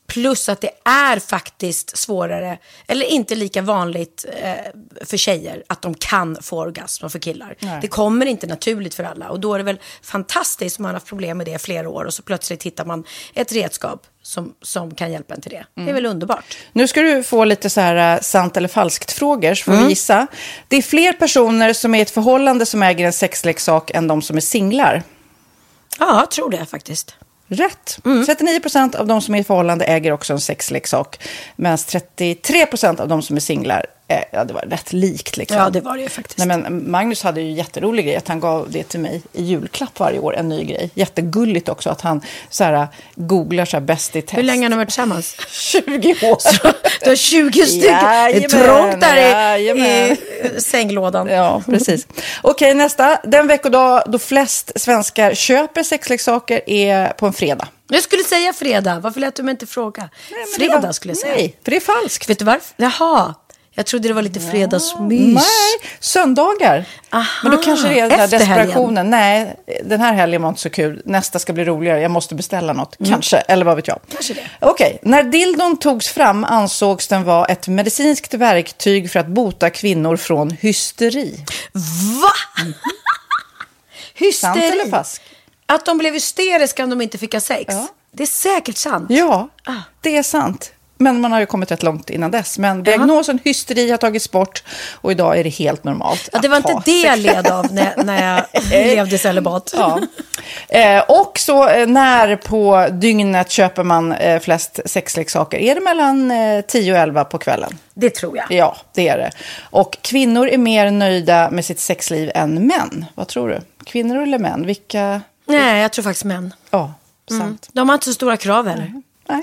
Plus att det är faktiskt svårare, eller inte lika vanligt eh, för tjejer att de kan få orgasm för killar. Nej. Det kommer inte naturligt för alla. Och då är det väl fantastiskt om man har haft problem med det i flera år. Och så plötsligt hittar man ett redskap som, som kan hjälpa en till det. Mm. Det är väl underbart. Nu ska du få lite så här uh, sant eller falskt frågor, så får mm. vi gissa. Det är fler personer som är i ett förhållande som äger en sexleksak än de som är singlar. Ja, jag tror det faktiskt. Rätt. Mm. trettionio procent av de som är i förhållande äger också en sexleksak. Medan trettiotre procent av de som är singlar, eh, ja det var rätt likt liksom. Ja, det var det ju faktiskt. Nej, men Magnus hade ju jätterolig grej att han gav det till mig i julklapp varje år, en ny grej. Jättegulligt också att han så här, googlar så här bäst i test. Hur länge har ni varit tillsammans? tjugo år. Du har tjugo stycken. Det är trångt där i, i sänglådan. Ja, precis. Okej, nästa. Den veckodag då flest svenskar köper sexleksaker är på en fredag. Jag skulle säga fredag. Varför lät du mig inte fråga? Nej, fredag var, skulle jag säga. Nej, för det är falskt. Vet du varför? Jaha. Jag trodde det var lite fredagsmys. Nej, söndagar. Aha, men då kanske det är den här desperationen. Helgen. Nej, den här helgen var inte så kul. Nästa ska bli roligare. Jag måste beställa något. Mm. Kanske, eller vad vet jag. Kanske det. Okej, när dildon togs fram ansågs den vara ett medicinskt verktyg för att bota kvinnor från hysteri. Va? Mm. Hysteri? Sant eller falskt? Att de blev hysteriska om de inte fick ha sex. Ja. Det är säkert sant. Ja, ah. det är sant. Men man har ju kommit rätt långt innan dess. Men diagnosen uh-huh. hysteri har tagits bort. Och idag är det helt normalt. Ja, det var inte det jag led av när, när jag levde celibat. Ja. Eh, och så eh, när på dygnet köper man eh, flest sexleksaker? Är det mellan eh, tio och elva på kvällen? Det tror jag. Ja, det är det. Och kvinnor är mer nöjda med sitt sexliv än män. Vad tror du? Kvinnor eller män? Vilka... Nej, jag tror faktiskt män. Ja, sant. Mm. De har inte så stora krav heller. Mm. Nej.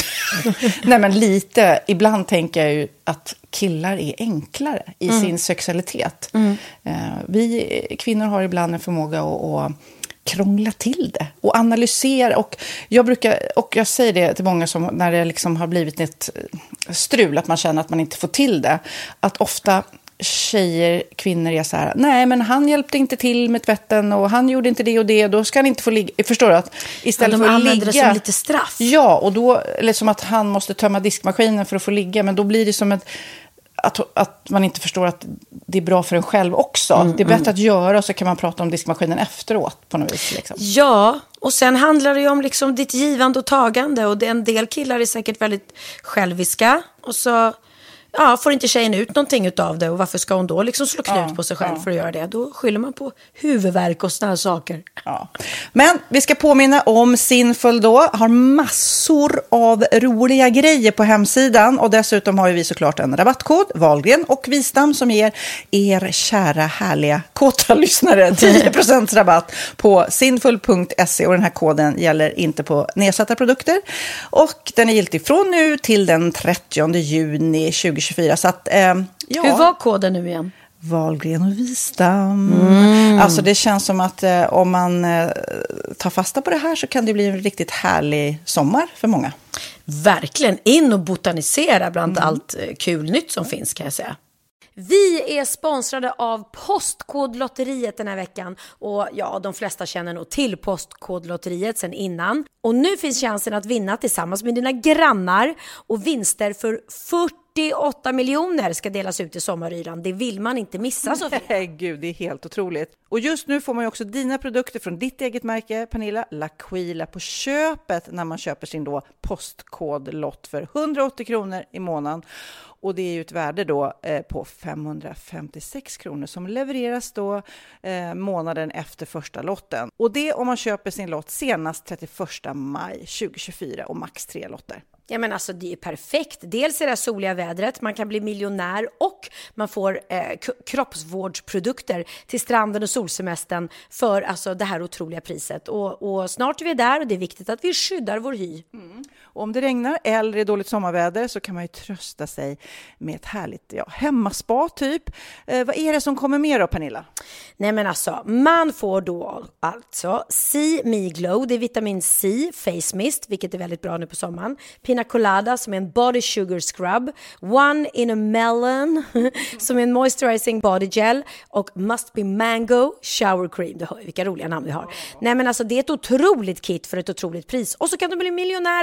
Nej, men lite. Ibland tänker jag ju att killar är enklare i mm. sin sexualitet. Mm. Uh, vi kvinnor har ibland en förmåga att, att krångla till det och analysera. Och jag brukar, och jag säger det till många som när det liksom har blivit ett strul, att man känner att man inte får till det. Att ofta tjejer, kvinnor är så här, nej men han hjälpte inte till med tvätten och han gjorde inte det och det, då ska han inte få ligga. Förstår du? Att istället ja, de för att använder ligga, det som lite straff. Ja, och då, eller som att han måste tömma diskmaskinen för att få ligga, men då blir det som ett, att, att man inte förstår att det är bra för en själv också. Mm, det är bättre mm. att göra, så kan man prata om diskmaskinen efteråt på något vis. Liksom. Ja, och sen handlar det ju om liksom ditt givande och tagande, och en del killar är säkert väldigt själviska, och så ja, får inte tjejen ut någonting utav det, och varför ska hon då liksom slå knut ja, på sig själv ja. för att göra det? Då skyller man på huvudvärk och såna här saker. Ja. Men vi ska påminna om Sinful då, har massor av roliga grejer på hemsidan, och dessutom har ju vi såklart en rabattkod, Wahlgren och Wistam, som ger er kära härliga kåta lyssnare tio procent rabatt på sinful punkt se, och den här koden gäller inte på nedsatta produkter, och den är giltig från nu till den trettionde juni tjugohundratjugofyra. Så att, eh, ja. Hur var koden nu igen? Wahlgren och Wistam. Mm. Alltså det känns som att eh, om man eh, tar fasta på det här så kan det bli en riktigt härlig sommar för många. Verkligen, in och botanisera bland mm. allt eh, kul nytt som finns, kan jag säga. Vi är sponsrade av Postkodlotteriet den här veckan, och ja, de flesta känner nog till Postkodlotteriet sedan innan. Och nu finns chansen att vinna tillsammans med dina grannar, och vinster för fyrtioåtta miljoner ska delas ut i sommaryran. Det vill man inte missa, Sofie. Nej, gud, det är helt otroligt. Och just nu får man ju också dina produkter från ditt eget märke, Pernilla, L'Aquila, på köpet när man köper sin då postkodlott för hundraåttio kronor i månaden. Och det är ju ett värde då eh, på femhundrafemtiosex kronor som levereras då eh, månaden efter första lotten. Och det om man köper sin lott senast trettioförsta maj tjugohundratjugofyra, och max tre lotter. Ja, men alltså det är perfekt. Dels är det soliga vädret, man kan bli miljonär, och man får eh, k- kroppsvårdsprodukter till stranden och solsemestern för alltså det här otroliga priset. Och, och snart är vi där, och det är viktigt att vi skyddar vår hy. Mm. Och om det regnar eller är dåligt sommarväder så kan man ju trösta sig med ett härligt ja, hemmaspa typ. Eh, vad är det som kommer med då, Pernilla? Nej, men alltså, man får då alltså See Me Glow, det är vitamin C, face mist, vilket är väldigt bra nu på sommaren. Pina Colada som är en body sugar scrub, One in a Melon som är en moisturizing body gel, och Must Be Mango shower cream. Du hör vilka roliga namn vi har. Nej, men alltså det är ett otroligt kit för ett otroligt pris, och så kan du bli miljonär på kuppen.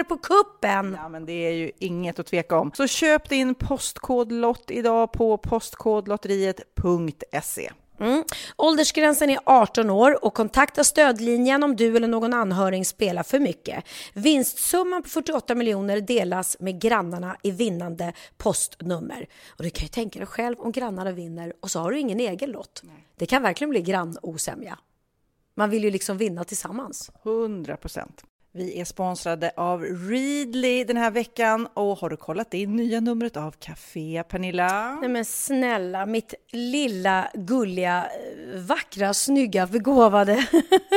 kuppen. Ja, men det är ju inget att tveka om. Så köp din postkodlott idag på postkodlotteriet punkt se. Mm. Åldersgränsen är arton år och kontakta stödlinjen om du eller någon anhörig spelar för mycket. Vinstsumman på fyrtioåtta miljoner delas med grannarna i vinnande postnummer. Och du kan ju tänka dig själv om grannarna vinner och så har du ingen egen lott. Nej. Det kan verkligen bli grannosämja. Man vill ju liksom vinna tillsammans. hundra procent. Vi är sponsrade av Readly den här veckan. Och har du kollat in nya numret av Café, Pernilla? Nej men snälla, mitt lilla, gulliga, vackra, snygga, begåvade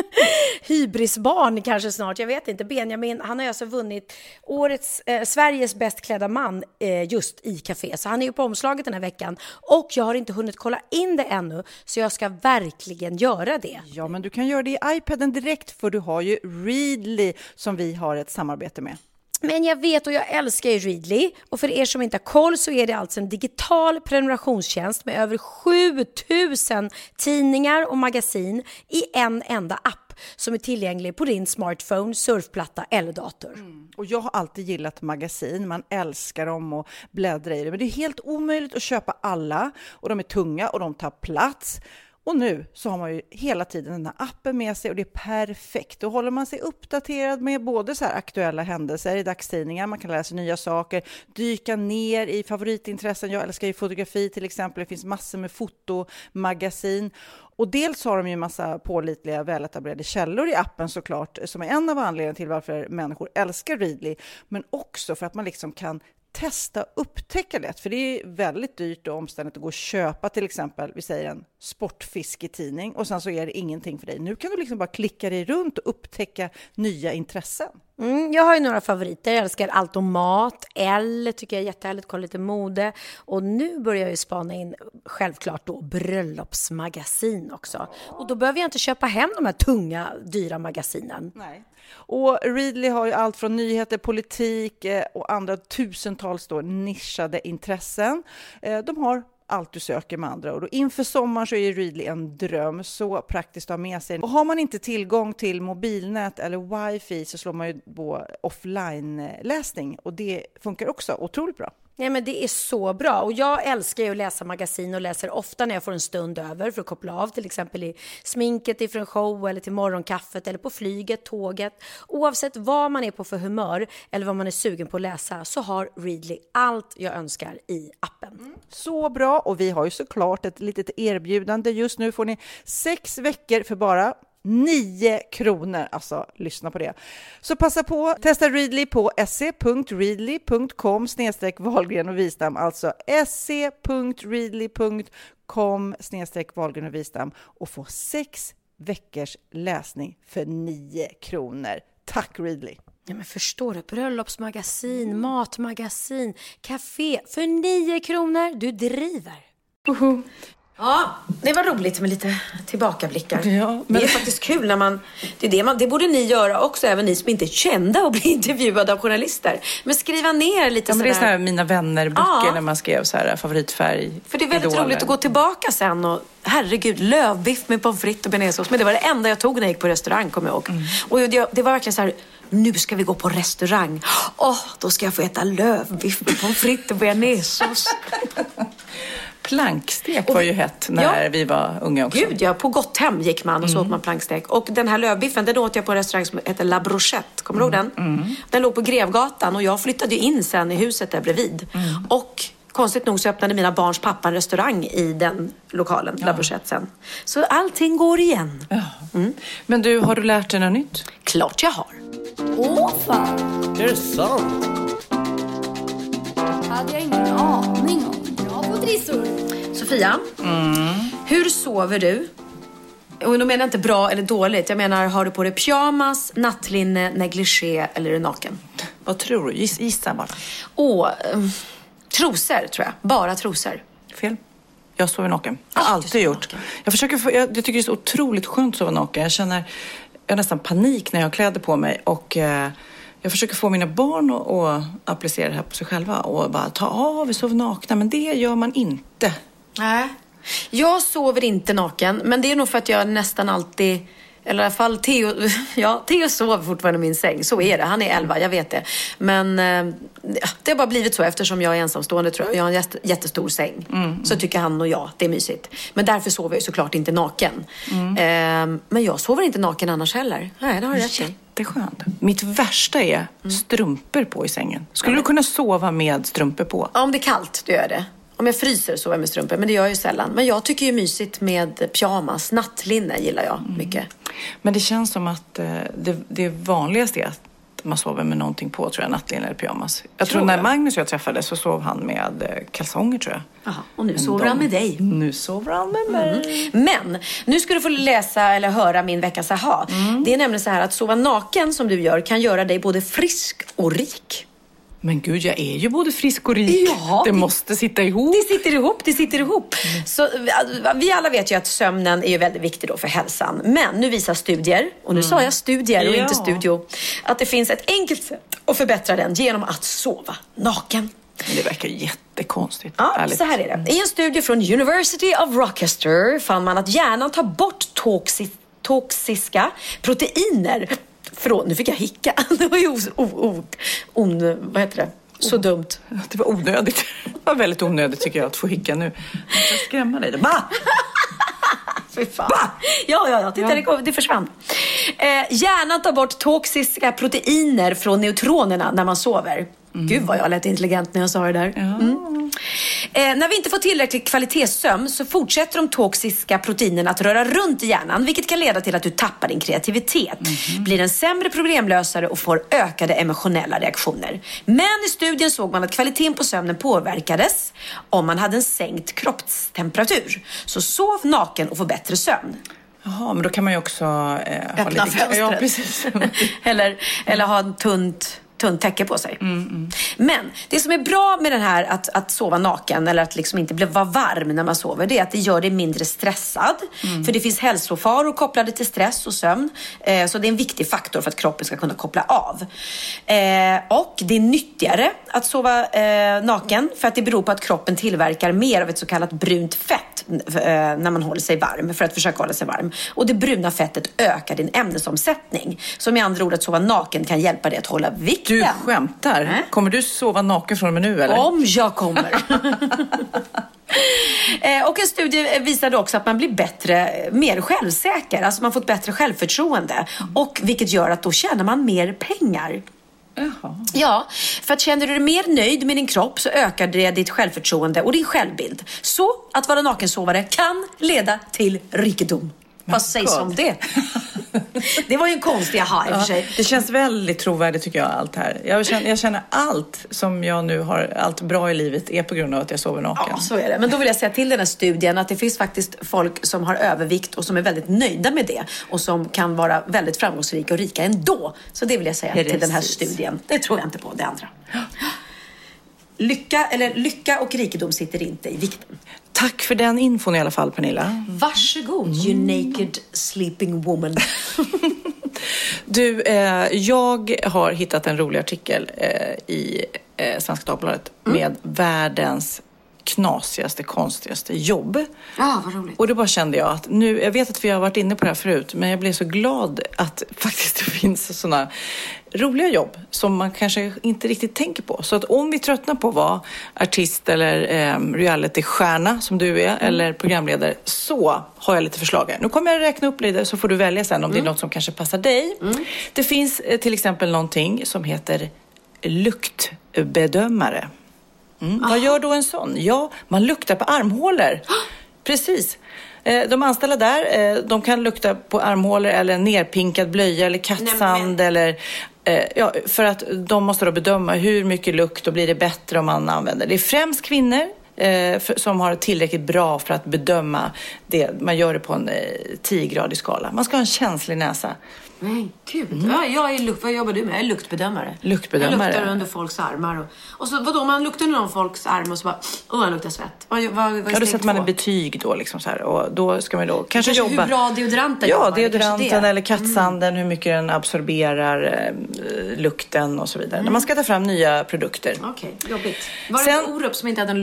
hybrisbarn kanske snart. Jag vet inte. Benjamin, han har alltså vunnit årets, eh, Sveriges bäst klädda man eh, just i Café. Så han är ju på omslaget den här veckan. Och jag har inte hunnit kolla in det ännu. Så jag ska verkligen göra det. Ja, men du kan göra det i iPaden direkt för du har ju Readly som vi har ett samarbete med. Men jag vet och jag älskar ju Readly. Och för er som inte har koll så är det alltså en digital prenumerationstjänst med över sjutusen tidningar och magasin i en enda app som är tillgänglig på din smartphone, surfplatta eller dator. Mm. Och jag har alltid gillat magasin. Man älskar dem och bläddra i det. Men det är helt omöjligt att köpa alla. Och de är tunga och de tar plats. Och nu så har man ju hela tiden den här appen med sig och det är perfekt. Då håller man sig uppdaterad med både så här aktuella händelser i dagstidningar. Man kan läsa nya saker, dyka ner i favoritintressen. Jag älskar ju fotografi till exempel. Det finns massor med fotomagasin. Och dels har de ju en massa pålitliga, väletablerade källor i appen såklart. Som är en av anledningarna till varför människor älskar Readly. Men också för att man liksom kan testa upptäcka lätt, för det är väldigt dyrt och omständigt att gå och köpa till exempel, vi säger en sportfisketidning och sen så är det ingenting för dig. Nu kan du liksom bara klicka dig runt och upptäcka nya intressen. Mm, jag har ju några favoriter. Jag älskar allt om mat. L tycker jag är jättehärligt. Kolla lite mode. Och nu börjar jag ju spana in självklart då bröllopsmagasin också. Och då behöver jag inte köpa hem de här tunga, dyra magasinen. Nej. Och Readly har ju allt från nyheter, politik och andra tusentals då nischade intressen. De har allt du söker med andra. Och då inför sommaren så är Readly en dröm, så praktiskt att ha med sig. Och har man inte tillgång till mobilnät eller wifi så slår man ju på offline-läsning. Och det funkar också otroligt bra. Ja, men det är så bra. Och jag älskar ju att läsa magasin och läser ofta när jag får en stund över för att koppla av. Till exempel i sminket ifrån show eller till morgonkaffet eller på flyget, tåget. Oavsett vad man är på för humör eller vad man är sugen på att läsa så har Readly allt jag önskar i appen. Mm. Så bra, och vi har ju såklart ett litet erbjudande. Just nu får ni sex veckor för bara nio kronor, alltså lyssna på det. Så passa på, testa Readly på se punkt readly punkt com snedstreck Wahlgren och Wistam, alltså se punkt readly punkt com snedstreck Wahlgren och Wistam och få sex veckors läsning för nio kronor. Tack Readly! Ja, men förstår du? Bröllopsmagasin, matmagasin, café för nio kronor. Du driver. Uh-huh. Ja, det var roligt med lite tillbakablickar. Ja, men... Det är faktiskt kul när man... Det, är det, man... det borde ni göra också, även ni som inte är kända och blir intervjuade av journalister. Men skriva ner lite ja, sådär... Det är sådana här Mina vänner-böcker ja. När man skrev så här favoritfärg. För det är väldigt idoler. Roligt att gå tillbaka sen och... Herregud, lövbiff med pommes frites och bearnaisesås. Men det var det enda jag tog när jag gick på restaurang, kommer jag ihåg. Mm. Och det, det var verkligen så här... Nu ska vi gå på restaurang. Åh, oh, då ska jag få äta lövbiff med pommes frites och bearnaisesås. Plankstek var ju hett när ja, vi var unga också. Gud, ja, på Gotthem gick man och så mm. åt man plankstek. Och den här lövbiffen, den åt jag på en restaurang som heter La Brochette. Kommer mm. du ihåg den? Mm. Den låg på Grevgatan och jag flyttade in sen i huset där bredvid. Mm. Och konstigt nog så öppnade mina barns pappa en restaurang i den lokalen, ja. La Brochette sen. Så allting går igen. Ja. Mm. Men du, har du lärt dig något nytt? Klart jag har. Åh fan! Är det sant? Hade jag ingen aning om. Bra på trissor. Sofia, mm. hur sover du? Och då menar jag inte bra eller dåligt. Jag menar, har du på dig pyjamas, nattlinne, negligé eller är du naken? Vad tror du? Giss, gissa bara. Åh, um, trosor tror jag. Bara trosor. Fel. Jag sover naken. Jag har ah, alltid gjort. Naken. Jag försöker få, jag, jag tycker det är så otroligt skönt att sova naken. Jag känner, jag har nästan panik när jag har kläder på mig. Och eh, jag försöker få mina barn att, att applicera det här på sig själva. Och bara ta av, vi sover nakna. Men det gör man inte. Nej. Jag sover inte naken. Men det är nog för att jag nästan alltid Eller i alla fall Theo, ja, Theo sover fortfarande i min säng. Så är det, han är elva, jag vet det. Men eh, det har bara blivit så eftersom jag är ensamstående tror jag. Jag har en jätte, jättestor säng. Mm. Så tycker han och jag, det är mysigt. Men därför sover jag såklart inte naken. Mm. Eh, men jag sover inte naken annars heller. Nej, det har jag rätt i. Jätteskönt. Mitt värsta är strumpor på i sängen. Skulle du kunna sova med strumpor på? Ja, om det är kallt, då gör jag det. Om jag fryser så är jag med strumpor, men det gör jag ju sällan. Men jag tycker ju mysigt med pyjamas. Nattlinne gillar jag mm. mycket. Men det känns som att eh, det, det vanligaste är att man sover med någonting på, tror jag, nattlinne eller pyjamas. Jag tror, tror när Magnus och jag träffades så sov han med eh, kalsonger, tror jag. Jaha, och nu men sover de... han med dig. Nu sover han med mig. Mm. Men, nu ska du få läsa eller höra min veckas aha. Mm. Det är nämligen så här att sova naken som du gör kan göra dig både frisk och rik. Men gud, jag är ju både frisk och rik. Ja, det, det måste sitta ihop. Det sitter ihop, det sitter ihop. Mm. Så vi alla vet ju att sömnen är ju väldigt viktig då för hälsan. Men nu visar studier, och nu mm. sa jag studier och ja. inte studio, att det finns ett enkelt sätt att förbättra den genom att sova naken. Det verkar jättekonstigt. Ja, ärligt. Så här är det. I en studie från University of Rochester fann man att hjärnan tar bort toxi- toxiska proteiner Förlåt, nu fick jag hicka. Det var ju o, o, o, on, vad heter det? Så oh. dumt. Det var onödigt. Det var väldigt onödigt tycker jag att få hicka nu. Jag ska skrämma dig. Va? Fy fan. Va? Ja, ja, ja. Titta, ja. Det, det försvann. Eh, hjärnan tar bort toxiska proteiner från neutronerna när man sover. Mm. Gud vad jag lät intelligent när jag sa det där. Ja. Mm. Eh, när vi inte får tillräcklig kvalitetssömn så fortsätter de toxiska proteinerna att röra runt i hjärnan, vilket kan leda till att du tappar din kreativitet, mm. blir en sämre problemlösare och får ökade emotionella reaktioner. Men i studien såg man att kvaliteten på sömnen påverkades om man hade en sänkt kroppstemperatur. Så sov naken och få bättre sömn. Jaha, men då kan man ju också eh, öppna ha lite... fönstret. Ja, precis. eller, eller ha en tunt... tunt täcke på sig. Mm, mm. Men det som är bra med den här att, att sova naken eller att liksom inte bli, vara varm när man sover, det är att det gör dig mindre stressad. Mm. För det finns hälsofaror kopplade till stress och sömn. Eh, så det är en viktig faktor för att kroppen ska kunna koppla av. Eh, och det är nyttigare att sova eh, naken för att det beror på att kroppen tillverkar mer av ett så kallat brunt fett eh, när man håller sig varm, för att försöka hålla sig varm. Och det bruna fettet ökar din ämnesomsättning. Så med andra ord, att sova naken kan hjälpa dig att hålla vikt. Du skämtar. Äh? Kommer du sova naken från och med nu eller? Om jag kommer. eh, och en studie visade också att man blir bättre, mer självsäker. Alltså man får ett bättre självförtroende. Mm. Och vilket gör att då tjänar man mer pengar. Jaha. Ja, för att känner du dig mer nöjd med din kropp så ökar det ditt självförtroende och din självbild. Så att vara nakensovare kan leda till rikedom. Vad sägs om det? Det var ju en konstig aha i och för sig. Det känns väldigt trovärdigt tycker jag allt här. Jag känner, jag känner allt som jag nu har, allt bra i livet är på grund av att jag sover naken. Ja, så är det. Men då vill jag säga till den här studien att det finns faktiskt folk som har övervikt och som är väldigt nöjda med det. Och som kan vara väldigt framgångsrika och rika ändå. Så det vill jag säga Precis. till den här studien. Det tror jag inte på, det andra. Lycka, eller lycka och rikedom sitter inte i vikten. Tack för den infon i alla fall, Pernilla. Varsågod, mm. you naked sleeping woman. Du, eh, jag har hittat en rolig artikel eh, i eh, Svenska Dagbladet mm. med världens knasigaste, konstigaste jobb. Ja, ah, vad roligt. Och då bara kände jag att nu, jag vet att vi har varit inne på det här förut, men jag blev så glad att faktiskt det finns sådana roliga jobb som man kanske inte riktigt tänker på. Så att om vi tröttnar på att vara artist eller eh, reality-stjärna som du är, mm. eller programledare, så har jag lite förslag här. Nu kommer jag räkna upp lite så får du välja sen om mm. det är något som kanske passar dig. Mm. Det finns eh, till exempel någonting som heter luktbedömare. Mm. Vad gör då en sån? Ja, man luktar på armhålor. Precis. De anställda där, de kan lukta på armhålor eller nerpinkad blöja eller kattsand. Nej, eller, ja, för att de måste då bedöma hur mycket lukt och blir det bättre om man använder. Det är främst kvinnor eh, för, som har tillräckligt bra för att bedöma det. Man gör det på en eh, tio-gradig skala. Man ska ha en känslig näsa. Men gud, mm. ja, jag är lukt, vad jobbar du med? Jag är luktbedömare. Luktbedömare. Jag luktar under folks armar. Och, och så vadå, man luktar under någon folks arm och så bara, åh, jag luktar svett. Vad, vad, vad ja, då sätter man en betyg då liksom så här. Och då ska man då kanske, kanske jobba. Hur bra deodoranten ja, jobbar. Ja, deodoranten eller kattsanden, mm. hur mycket den absorberar eh, lukten och så vidare. Mm. När man ska ta fram nya produkter. Okej, okay, jobbigt. Var det Sen, ett Orup som inte hade en luktsinne?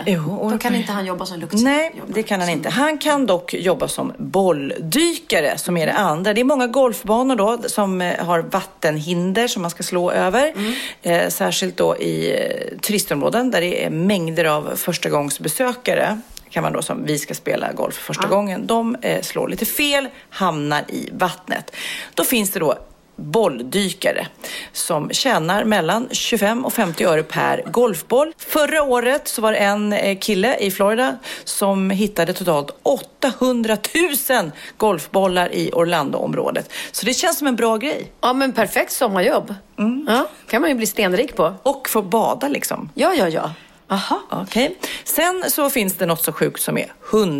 Jo, och... Då kan inte han jobba som lukt. Nej, det kan han inte. Han kan dock jobba som bolldykare, som är det andra. Det är många golfbanor då som har vattenhinder som man ska slå över. Mm. Eh, särskilt då i eh, turistområden där det är mängder av förstagångsbesökare. Kan man då, som vi ska spela golf för första ja. gången. De eh, slår lite fel, hamnar i vattnet. Då finns det då bolldykare som tjänar mellan tjugofem och femtio öre per golfboll. Förra året så var det en kille i Florida som hittade totalt åttahundratusen golfbollar i Orlando-området. Så det känns som en bra grej. Ja, men perfekt sommarjobb. Mm. Ja, kan man ju bli stenrik på. Och få bada liksom. Ja, ja, ja. Aha. Okej. Okay. Sen så finns det något så sjukt som är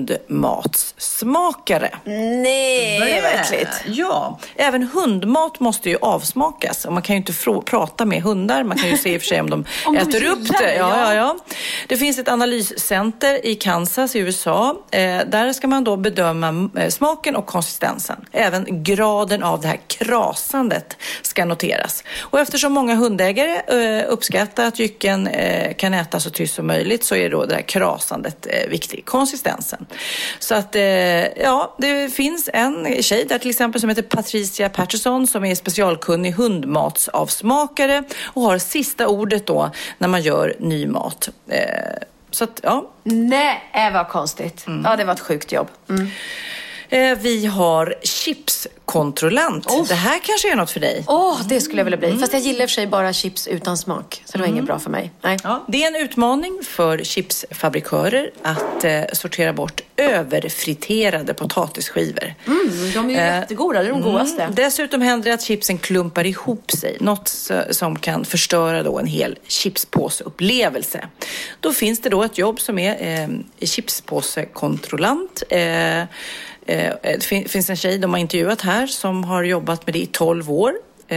hundmatssmakare. Nej, det är verkligt. Ja, även hundmat måste ju avsmakas. Och man kan ju inte frå- prata med hundar. Man kan ju se i och för sig om de om äter de upp det. Ja, ja, ja. Det finns ett analyscenter i Kansas i U S A. Eh, där ska man då bedöma eh, smaken och konsistensen. Även graden av det här krasandet ska noteras. Och eftersom många hundägare eh, uppskattar att jycken eh, kan ätas så tyst som möjligt, så är då det här krasandet eh, viktigt. Konsistensen. Så att, eh, ja, det finns en tjej där till exempel som heter Patricia Patterson som är specialkunnig hundmatsavsmakare och har sista ordet då när man gör ny mat. Eh, så att, ja. Nej, vad konstigt. Mm. Ja, det var ett sjukt jobb. Mm. Vi har chipskontrollant. Oh. Det här kanske är något för dig. Åh, oh, det skulle jag vilja bli. Mm. Fast jag gillar i och för sig bara chips utan smak. Så det var mm. inget bra för mig. Nej. Ja, det är en utmaning för chipsfabrikörer att eh, sortera bort överfriterade potatisskivor. Mm, de är ju eh, jättegoda, det är de godaste. Mm. Dessutom händer det att chipsen klumpar ihop sig. Något som kan förstöra då en hel chipspåseupplevelse. Då finns det då ett jobb som är eh, chipspåsekontrollant. Eh, Det finns en tjej de har intervjuat här som har jobbat med det i tolv år.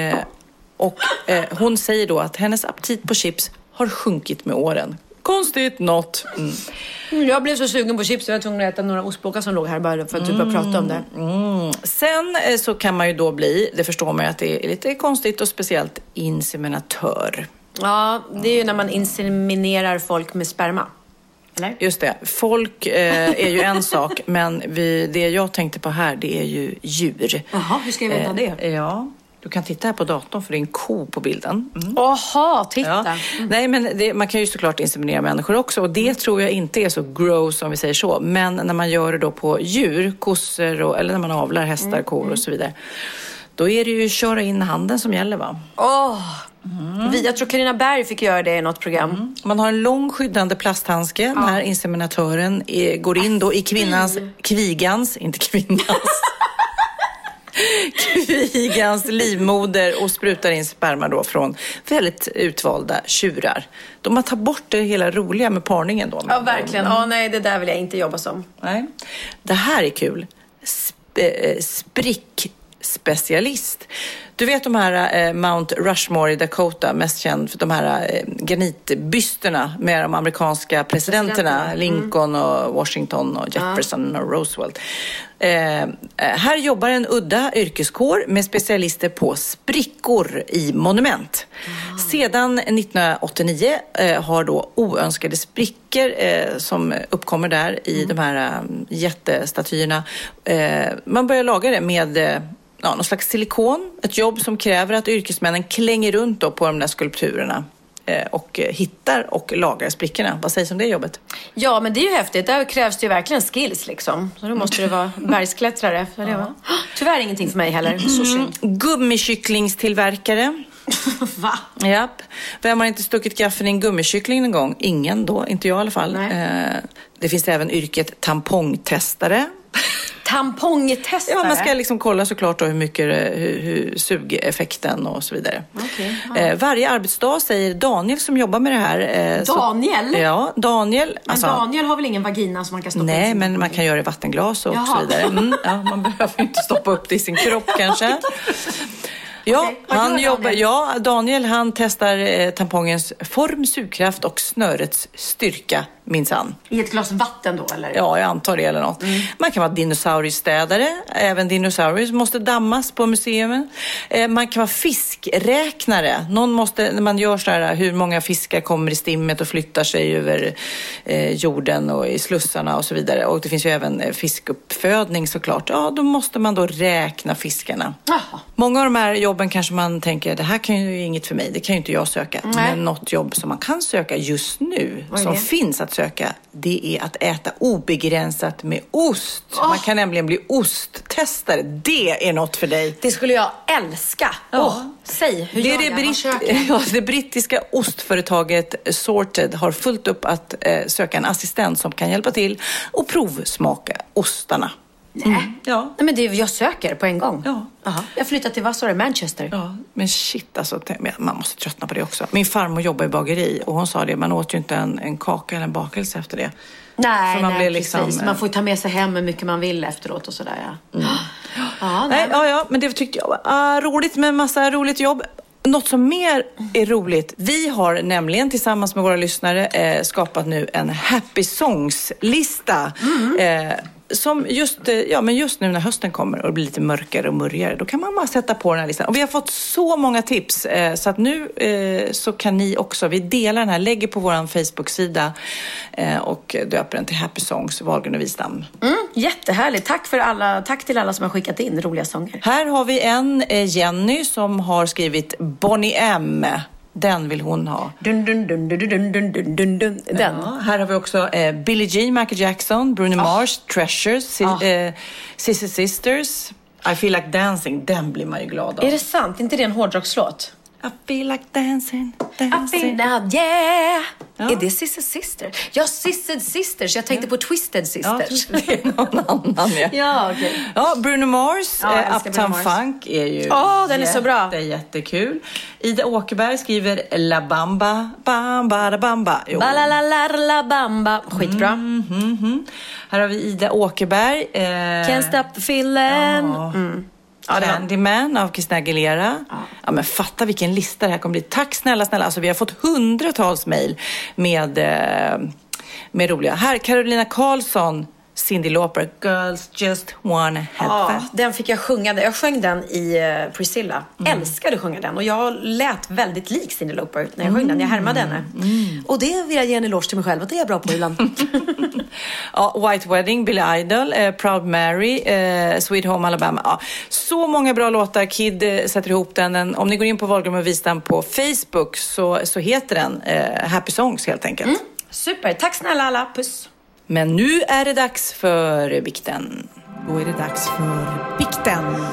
Och hon säger då att hennes aptit på chips har sjunkit med åren. Konstigt något. Mm. Jag blev så sugen på chips. Jag var tvungen att äta några ostbågar som låg här bara för att du bara prata om det. Mm. Sen så kan man ju då bli, det förstår man ju att det är lite konstigt och speciellt inseminatör. Ja, det är ju när man inseminerar folk med sperma. Eller? Just det. Folk eh, är ju en sak, men vi, det jag tänkte på här, det är ju djur. Jaha, hur ska jag veta det? Eh, ja, du kan titta här på datorn för det är en ko på bilden. Jaha, mm. titta. Ja. Mm. Nej, men det, man kan ju såklart inseminera människor också och det mm. tror jag inte är så gross om vi säger så. Men när man gör det då på djur, kossor och, eller när man avlar hästar, mm. kor och så vidare. Då är det ju köra in handen som gäller, va? Åh! Oh. Mm. Vi, jag tror Carina Berg fick göra det i något program. Mm. Man har en lång skyddande plasthandske ja. när inseminatören är, går in då i kvinnans, kvigans, inte kvinnans, kvigans livmoder och sprutar in sperma då från väldigt utvalda tjurar. De man tar bort det hela roliga med parningen då. Ja, verkligen. Ja, nej, det där vill jag inte jobba som. Nej. Det här är kul. Sp- sprick specialist. Du vet de här eh, Mount Rushmore i Dakota, mest känd för de här eh, granitbysterna med de amerikanska presidenterna, mm. Lincoln och Washington och Jefferson ja. och Roosevelt. Eh, här jobbar en udda yrkeskår med specialister på sprickor i monument. Mm. Sedan nittonhundraåttionio eh, har då oönskade sprickor eh, som uppkommer där i mm. de här eh, jättestatyerna. Eh, man börjar laga det med eh, ja, någon slags silikon. Ett jobb som kräver att yrkesmännen klänger runt då på de där skulpturerna eh, och eh, hittar och lagar sprickorna. Vad sägs om det jobbet? Ja, men det är ju häftigt. Där krävs det ju verkligen skills liksom. Så då måste det vara bergsklättrare. Ja. Det var. Tyvärr ingenting för mig heller. Så synd. Mm. Gummikycklingstillverkare. Va? Japp. Vem har inte stuckit gaffeln i en gummikyckling någon gång? Ingen då, inte jag i alla fall. Eh, det finns även yrket tampongtestare. Tampongtestare? Ja, man ska liksom kolla såklart då hur mycket hur, hur sugeffekten och så vidare. Okay, ja. eh, varje arbetsdag säger Daniel som jobbar med det här. Eh, Daniel? Så, ja, Daniel. Men alltså, Daniel har väl ingen vagina som man kan stoppa nej, i sin men man kan göra i vattenglas och Jaha. så vidare. Mm, ja, man behöver inte stoppa upp det i sin kropp kanske. Ja, okay. han jobbar, ja, Daniel han testar eh, tampongens form, sugkraft och snörets styrka minsann. I ett glas vatten då, eller? Ja, jag antar det eller något. Mm. Man kan vara dinosauriestädare. Även dinosaurier måste dammas på museum. Eh, man kan vara fiskräknare. Någon måste, när man gör så här, hur många fiskar kommer i stimmet och flyttar sig över eh, jorden och i slussarna och så vidare. Och det finns ju även eh, fiskuppfödning såklart. Ja, då måste man då räkna fiskarna. Aha. Många av de här jobben kanske man tänker, det här kan ju inget för mig. Det kan ju inte jag söka. Nej. Men något jobb som man kan söka just nu, som det? finns att söka, det är att äta obegränsat med ost. Oh. Man kan nämligen bli osttestare. Det är något för dig. Det skulle jag älska. Ja. Oh, säg, hur det gör är jag? det, britt- ja, det brittiska ostföretaget Sorted har fullt upp att eh, söka en assistent som kan hjälpa till och provsmaka ostarna. Nej. Mm. Ja. Nej, men det jag söker på en gång. Ja. Aha. Jag flyttat till vad sa du, Manchester. Ja, men shit alltså, man måste tröttna på det också. Min farmor jobbar i bageri och hon sa det, man åt ju inte en, en kaka eller en bakelse efter det. Nej, För man nej blir liksom, precis. Man får ju ta med sig hem hur mycket man vill efteråt och sådär. Ja, mm. ja, nej, ja, ja, men det tyckte jag var uh, roligt med en massa roligt jobb. Något som mer är roligt, vi har nämligen tillsammans med våra lyssnare eh, skapat nu en Happy Songs-lista. Mm. Eh, som just, ja, men just nu när hösten kommer och det blir lite mörkare och mörjare, då kan man bara sätta på den här listan. Och vi har fått så många tips eh, så att nu eh, så kan ni också, vi delar den här, lägger på vår Facebook-sida eh, och döper den till Happy Songs, Wahlgren och Wistam. Mm, jättehärligt. Tack för alla, tack till alla som har skickat in roliga sånger. Här har vi en, eh, Jenny, som har skrivit Bonnie M. Den vill hon ha. Dun, dun, dun, dun, dun, dun, dun, dun, dun. Den. Ja, här har vi också eh, Billie Jean, Michael Jackson, Bruno oh. Mars, Treasures, si, oh. eh, Sister Sisters, I Feel Like Dancing. Den blir man ju glad av. Är det sant? Inte det en hårdrockslåt? I feel like dancing, dancing. I feel now, yeah. Ja. Är det Sister Sister? Ja, Sister Sisters. Jag tänkte ja. på Twisted Sisters. Ja, det är någon annan. Ja, ja, okay. ja Bruno Mars, ja, eh, Uptown Bruno Mars. Funk är ju oh, den är så bra. jätte, jättekul. Ida Åkerberg skriver La Bamba, Bamba, La Bamba. La la la la la Bamba. Skitbra. Mm, mm, mm. Här har vi Ida Åkerberg. Eh, Can't stop the feeling. Ja. Mm. Ja, Candyman av Christina Aguilera. Ja. ja, men fatta vilken lista det här kommer bli. Tack snälla, snälla. Alltså, vi har fått hundratals mejl med, med roliga. Här, Carolina Karlsson, Cyndi Lauper, Girls Just Wanna Have ja, Fun. Den fick jag sjunga. Jag sjöng den i Priscilla. Mm. Älskade sjunga den. Och jag lät väldigt lik Cyndi Lauper när jag sjöng mm. den. Jag härmade henne. Mm. Och det vill jag ge en eloge till mig själv. Och det är jag bra på ibland. ja, White Wedding, Billy Idol, eh, Proud Mary, eh, Sweet Home Alabama. Ja, så många bra låtar. Kid eh, sätter ihop den. den. Om ni går in på Wahlgren och Wistam på Facebook så, så heter den eh, Happy Songs helt enkelt. Mm. Super. Tack snälla alla. Puss. Men nu är det dags för bikten. Då är det dags för bikten.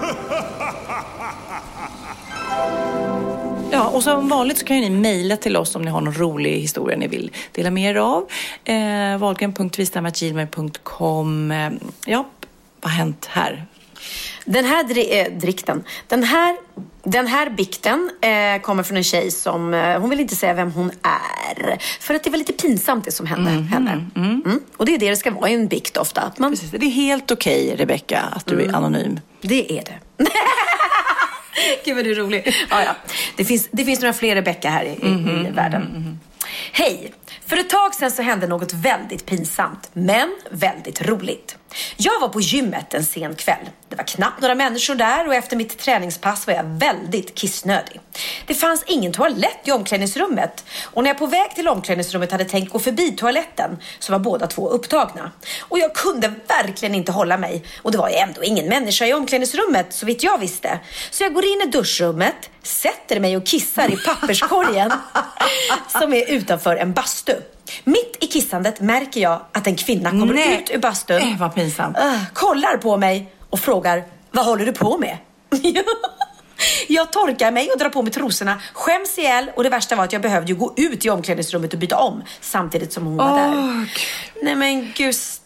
Ja, och som vanligt så kan ju ni mejla till oss om ni har någon rolig historia ni vill dela med er av. Eh, wahlgren punkt wistam at gmail punkt com. Eh, ja, vad har hänt här? Den här dri- äh, drikten, den här, den här bikten äh, kommer från en tjej som, äh, hon vill inte säga vem hon är. För att det var lite pinsamt det som hände mm, henne. Mm. Mm. Och det är det det ska vara i en bikt ofta. Att man... Precis, det är helt okej, okay, Rebecca, att du mm. är anonym. Det är det. Gud vad du är rolig. Ja, ja. Det, finns, det finns några fler Rebecca här i, mm-hmm, i världen. Mm-hmm. Hej! För ett tag sedan så hände något väldigt pinsamt, men väldigt roligt. Jag var på gymmet en sen kväll. Det var knappt några människor där och efter mitt träningspass var jag väldigt kissnödig. Det fanns ingen toalett i omklädningsrummet och när jag på väg till omklädningsrummet hade tänkt gå förbi toaletten så var båda två upptagna. Och jag kunde verkligen inte hålla mig och det var ju ändå ingen människa i omklädningsrummet så vitt jag visste. Så jag går in i duschrummet, sätter mig och kissar i papperskorgen som är utanför en bastu. Mitt i kissandet märker jag att en kvinna kommer Nej. ut ur bastun. Nej, vad pinsamt. Uh, kollar på mig och frågar, vad håller du på med? Jag torkar mig och drar på mig trosorna, skäms ihjäl och det värsta var att jag behövde ju gå ut i omklädningsrummet och byta om samtidigt som hon var oh, där. God. Nej men gud,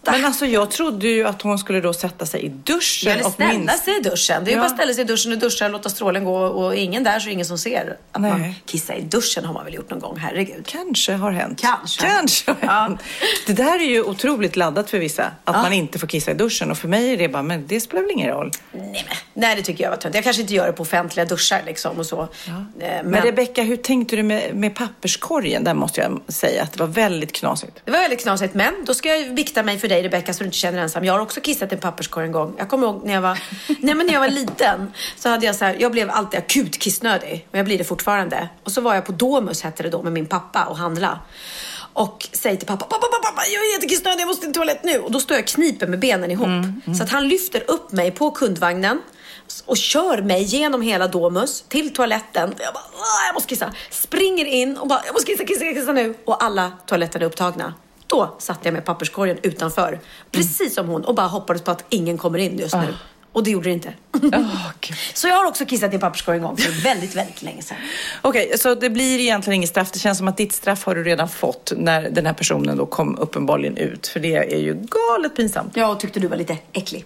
Men alltså jag trodde ju att hon skulle då sätta sig i duschen. Eller ställa minst... sig i duschen. Det är ju ja. bara ställa sig i duschen och duscha och låta strålen gå. Och ingen där så ingen som ser att Nej. man kissar i duschen har man väl gjort någon gång, herregud. Kanske har hänt. Kanske. Kanske har hänt. Ja. Det där är ju otroligt laddat för vissa. Att ja. man inte får kissa i duschen. Och för mig är det bara, men det spelar väl ingen roll. Nej, men, nej det tycker jag var tönt. Jag kanske inte gör det på offentliga duschar liksom och så. Ja. Men, men Rebecka, hur tänkte du med, med papperskorgen? Där måste jag säga att det var väldigt knasigt. Det var väldigt knasigt, men då ska jag bikta mig för dig, Rebecka, så du inte känner ensam. Jag har också kissat i en papperskorg en gång. Jag kommer ihåg när jag var, nej, men när jag var liten så hade jag så här, jag blev alltid akut kissnödig. Och jag blir det fortfarande. Och så var jag på Domus, hette det då, med min pappa och handla. Och säger till pappa, pappa, pappa, pappa jag är jättekissnödig, jag måste till toalett nu. Och då står jag knipen med benen ihop. Mm, mm. Så att han lyfter upp mig på kundvagnen och kör mig genom hela Domus till toaletten. Jag bara, jag måste kissa. Springer in och bara, jag måste kissa, kissa, kissa nu. Och alla toaletter är upptagna. Då satt jag med papperskorgen utanför. Precis mm. som hon. Och bara hoppades på att ingen kommer in just nu. Oh. Och det gjorde det inte. Oh, så jag har också kissat i papperskorg en gång för väldigt, väldigt länge sedan. Okej, okay, så det blir egentligen inget straff. Det känns som att ditt straff har du redan fått när den här personen då kom uppenbarligen ut. För det är ju galet pinsamt. Ja, och tyckte du var lite äcklig.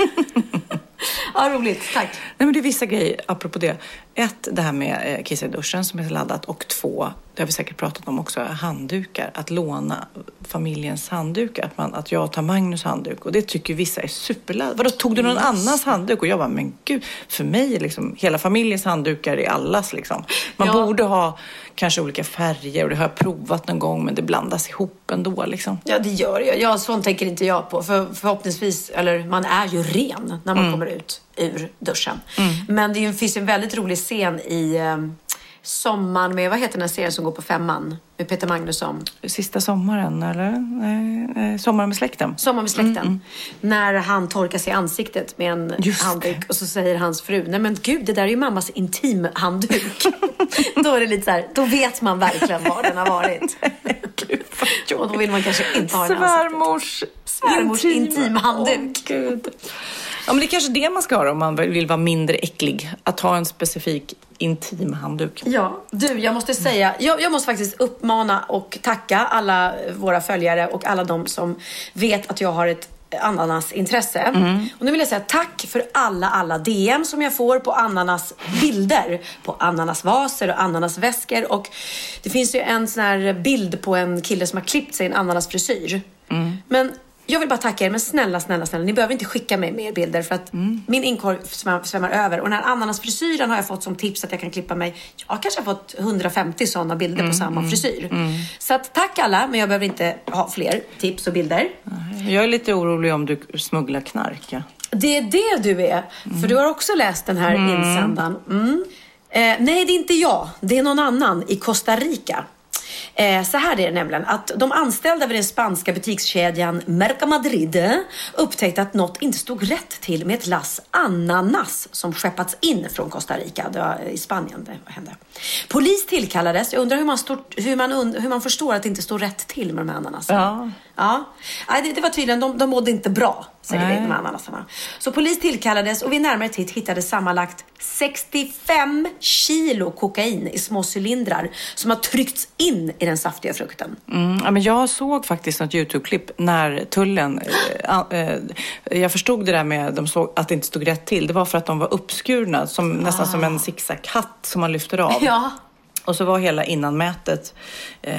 Ja, roligt. Tack. Nej, men det är vissa grejer apropå det. Ett, det här med eh, kissa i duschen som är laddat. Och två, det har vi säkert pratat om också, handdukar. Att låna familjens handdukar. Att, man, att jag tar Magnus handduk. Och det tycker vissa är superladdat. Vadå, tog du någon yes. annans handduk? Och jag bara, men gud, för mig är liksom, hela familjens handdukar är allas liksom. Man ja. borde ha kanske olika färger. Och det har jag provat någon gång, men det blandas ihop ändå liksom. Ja, det gör jag. Ja, sånt tänker inte jag på. För förhoppningsvis, eller man är ju ren när man mm. kommer ut ur duschen. Mm. Men det finns en väldigt rolig scen i eh, Sommaren med, vad heter den här serien som går på femman med Peter Magnusson? Sista sommaren, eller? Eh, eh, sommaren med släkten. Sommaren med släkten. Mm, mm. När han torkar sig i ansiktet med en Just handduk det. Och så säger hans fru, nej men gud, det där är ju mammas intimhandduk. Då är det lite så här, då vet man verkligen var den har varit. Gud, och då vill man kanske inte ha den Svärmors, Svärmors intimhandduk. Oh, Gud. Ja, men det är kanske det man ska ha om man vill vara mindre äcklig. Att ha en specifik intim handduk. Ja, du, jag måste säga, jag, jag måste faktiskt uppmana och tacka alla våra följare och alla de som vet att jag har ett ananasintresse. Mm. Och nu vill jag säga tack för alla, alla D M som jag får på ananasbilder. På ananasvaser och ananasväskor. Och det finns ju en sån här bild på en kille som har klippt sig en ananasfrisyr. Mm. Men jag vill bara tacka er, men snälla, snälla, snälla. Ni behöver inte skicka mig mer bilder för att mm. min inkorg svämmar, svämmar över. Och den här ananasfrisyren har jag fått som tips att jag kan klippa mig. Jag kanske har fått hundrafemtio sådana bilder mm. på samma mm. frisyr. Mm. Så att, tack alla, men jag behöver inte ha fler tips och bilder. Jag är lite orolig om du smugglar knark. Ja. Det är det du är. Mm. För du har också läst den här mm. insändaren. Mm. Eh, nej, det är inte jag. Det är någon annan i Costa Rica. Eh, så här är det nämligen att de anställda vid den spanska butikskedjan Mercamadrid upptäckte att något inte stod rätt till med ett lass ananas som skeppats in från Costa Rica. Det var i Spanien det hände. Polis tillkallades. Jag undrar hur man, stort, hur man, und, hur man förstår att det inte står rätt till med de här ananaserna. Ja. Ja. Nej, det, det var tydligen, de, de mådde inte bra, säger vi, de här ananasarna. Så polis tillkallades och vid närmare titt hittade sammanlagt sextiofem kilo kokain i små cylindrar som har tryckts in i den saftiga frukten. Mm, ja, men jag såg faktiskt något YouTube-klipp när tullen, äh, äh, jag förstod det där med de såg att det inte stod rätt till. Det var för att de var uppskurna, som, ah. nästan som en zigzag-hatt som man lyfter av. Ja. Och så var hela innanmätet, eh,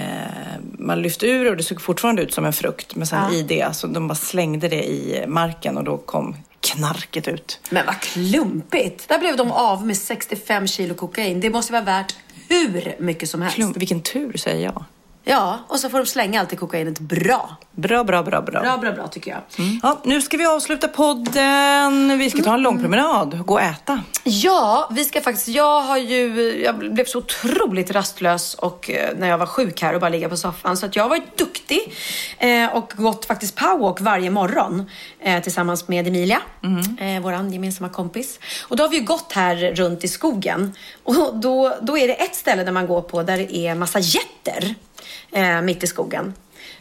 man lyfte ur och det såg fortfarande ut som en frukt. Men sen ja. i det, alltså de bara slängde det i marken och då kom knarket ut. Men vad klumpigt. Där blev de av med sextiofem kilo kokain. Det måste vara värt hur mycket som helst. Klump, vilken tur, säger jag. Ja, och så får de slänga allt i kokainet bra. Bra, bra, bra, bra. Bra, bra, bra tycker jag. Mm. Ja, nu ska vi avsluta podden. Vi ska ta en lång promenad. Gå och äta. Ja, vi ska faktiskt... Jag har ju... Jag blev så otroligt rastlös och när jag var sjuk här och bara ligga på soffan. Så att jag har varit duktig eh, och gått faktiskt powerwalk varje morgon eh, tillsammans med Emilia, mm. eh, våran gemensamma kompis. Och då har vi ju gått här runt i skogen. Och då, då är det ett ställe där man går på där det är massa getter. Eh, mitt i skogen.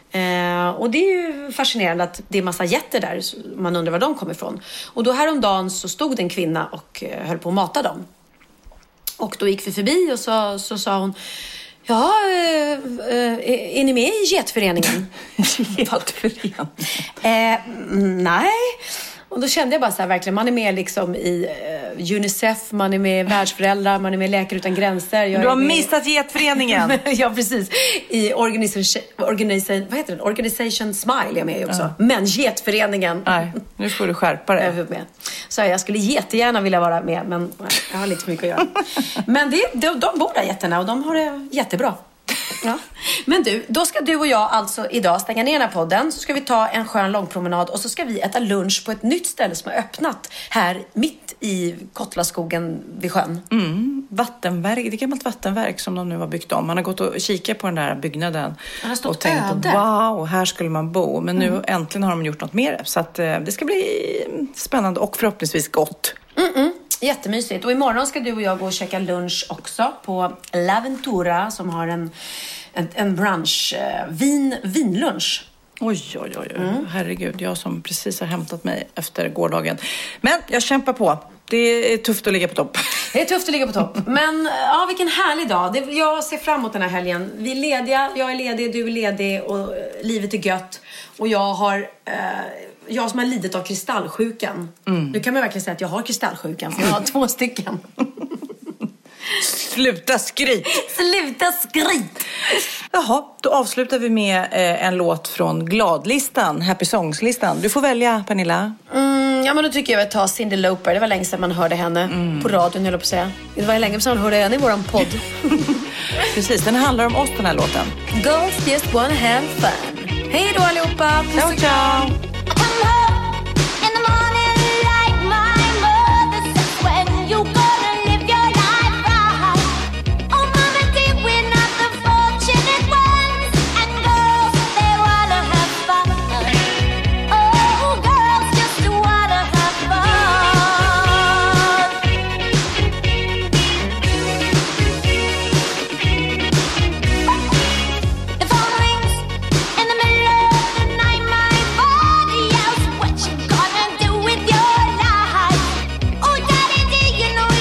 Eh, och det är ju fascinerande att det är massa getter där. Man undrar var de kommer ifrån. Och då häromdagen så stod det en kvinna och eh, höll på att mata dem. Och då gick vi förbi och så, så sa hon: Ja, äh, äh, är ni med i Getföreningen? Getföreningen? eh, nej. Och då kände jag bara så här, verkligen, man är med liksom i uh, Unicef, man är med i Världsföräldrar, man är med i Läkare utan gränser. Jag du har med... missat Getföreningen. Ja, precis. I Organisation, Organization, vad heter det? Organisation Smile är jag med i också. Ja. Men Getföreningen... Nej, nu får du skärpa dig. Jag är med. Så jag skulle jättegärna vilja vara med, men jag har lite för mycket att göra. Men det, de, de bor där jätterna och de har det jättebra. Ja. Men du, då ska du och jag alltså idag stänga ner den här podden. Så ska vi ta en skön långpromenad och så ska vi äta lunch på ett nytt ställe som har öppnat här mitt i Kottlaskogen vid sjön. Mm, vattenverk, det är ett gammalt vattenverk som de nu har byggt om. Man har gått och kikat på den där byggnaden och tänkt att wow, här skulle man bo. Men nu mm. äntligen har de gjort något mer. Så att, eh, det ska bli spännande och förhoppningsvis gott. Mm-mm. Jättemysigt. Och imorgon ska du och jag gå och käka lunch också på L'Aventura som har en, en, en brunch, eh, vin, vinlunch. Oj, oj, oj. Mm. Herregud, jag som precis har hämtat mig efter gårdagen. Men jag kämpar på. Det är tufft att ligga på topp. Det är tufft att ligga på topp. Men ja, vilken härlig dag. Det, jag ser fram emot den här helgen. Vi är lediga, jag är ledig, du är ledig och livet är gött. Och jag har... Eh, jag som har lidit av kristallsjukan. Mm. Nu kan man verkligen säga att jag har kristallsjukan. För jag har två stycken. Sluta skryt! Sluta skryt! Jaha, då avslutar vi med eh, en låt från Gladlistan, Happy Songs-listan. Du får välja, Pernilla. Mm, ja, men då tycker jag att ta Cyndi Lauper. Det var länge sedan man hörde henne mm. på radion, höll jag på att säga. Det var länge sedan man hörde henne i våran podd. Precis, den handlar om oss, den här låten. Girls just wanna have fun. Hej då allihopa! Ciao, ciao! What you gonna do with your life? Oh, daddy, do you know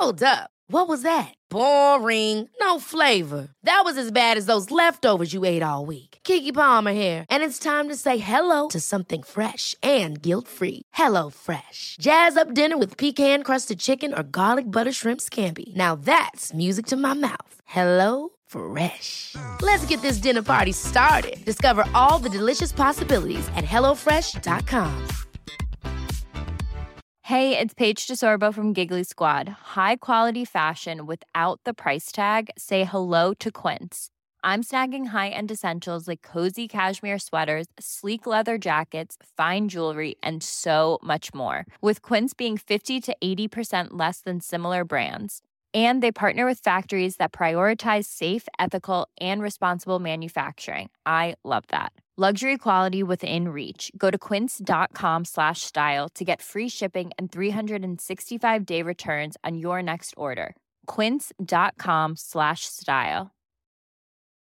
Hold up. What was that? Boring. No flavor. That was as bad as those leftovers you ate all week. Keke Palmer here, and it's time to say hello to something fresh and guilt-free. Hello Fresh. Jazz up dinner with pecan-crusted chicken or garlic butter shrimp scampi. Now that's music to my mouth. Hello Fresh. Let's get this dinner party started. Discover all the delicious possibilities at hello fresh dot com. Hey, it's Paige DeSorbo from Giggly Squad. High quality fashion without the price tag. Say hello to Quince. I'm snagging high-end essentials like cozy cashmere sweaters, sleek leather jackets, fine jewelry, and so much more. With Quince being fifty to eighty percent less than similar brands. And they partner with factories that prioritize safe, ethical, and responsible manufacturing. I love that. Luxury quality within reach. Go to quince.com slash style to get free shipping and three sixty-five day returns on your next order. Quince.com slash style.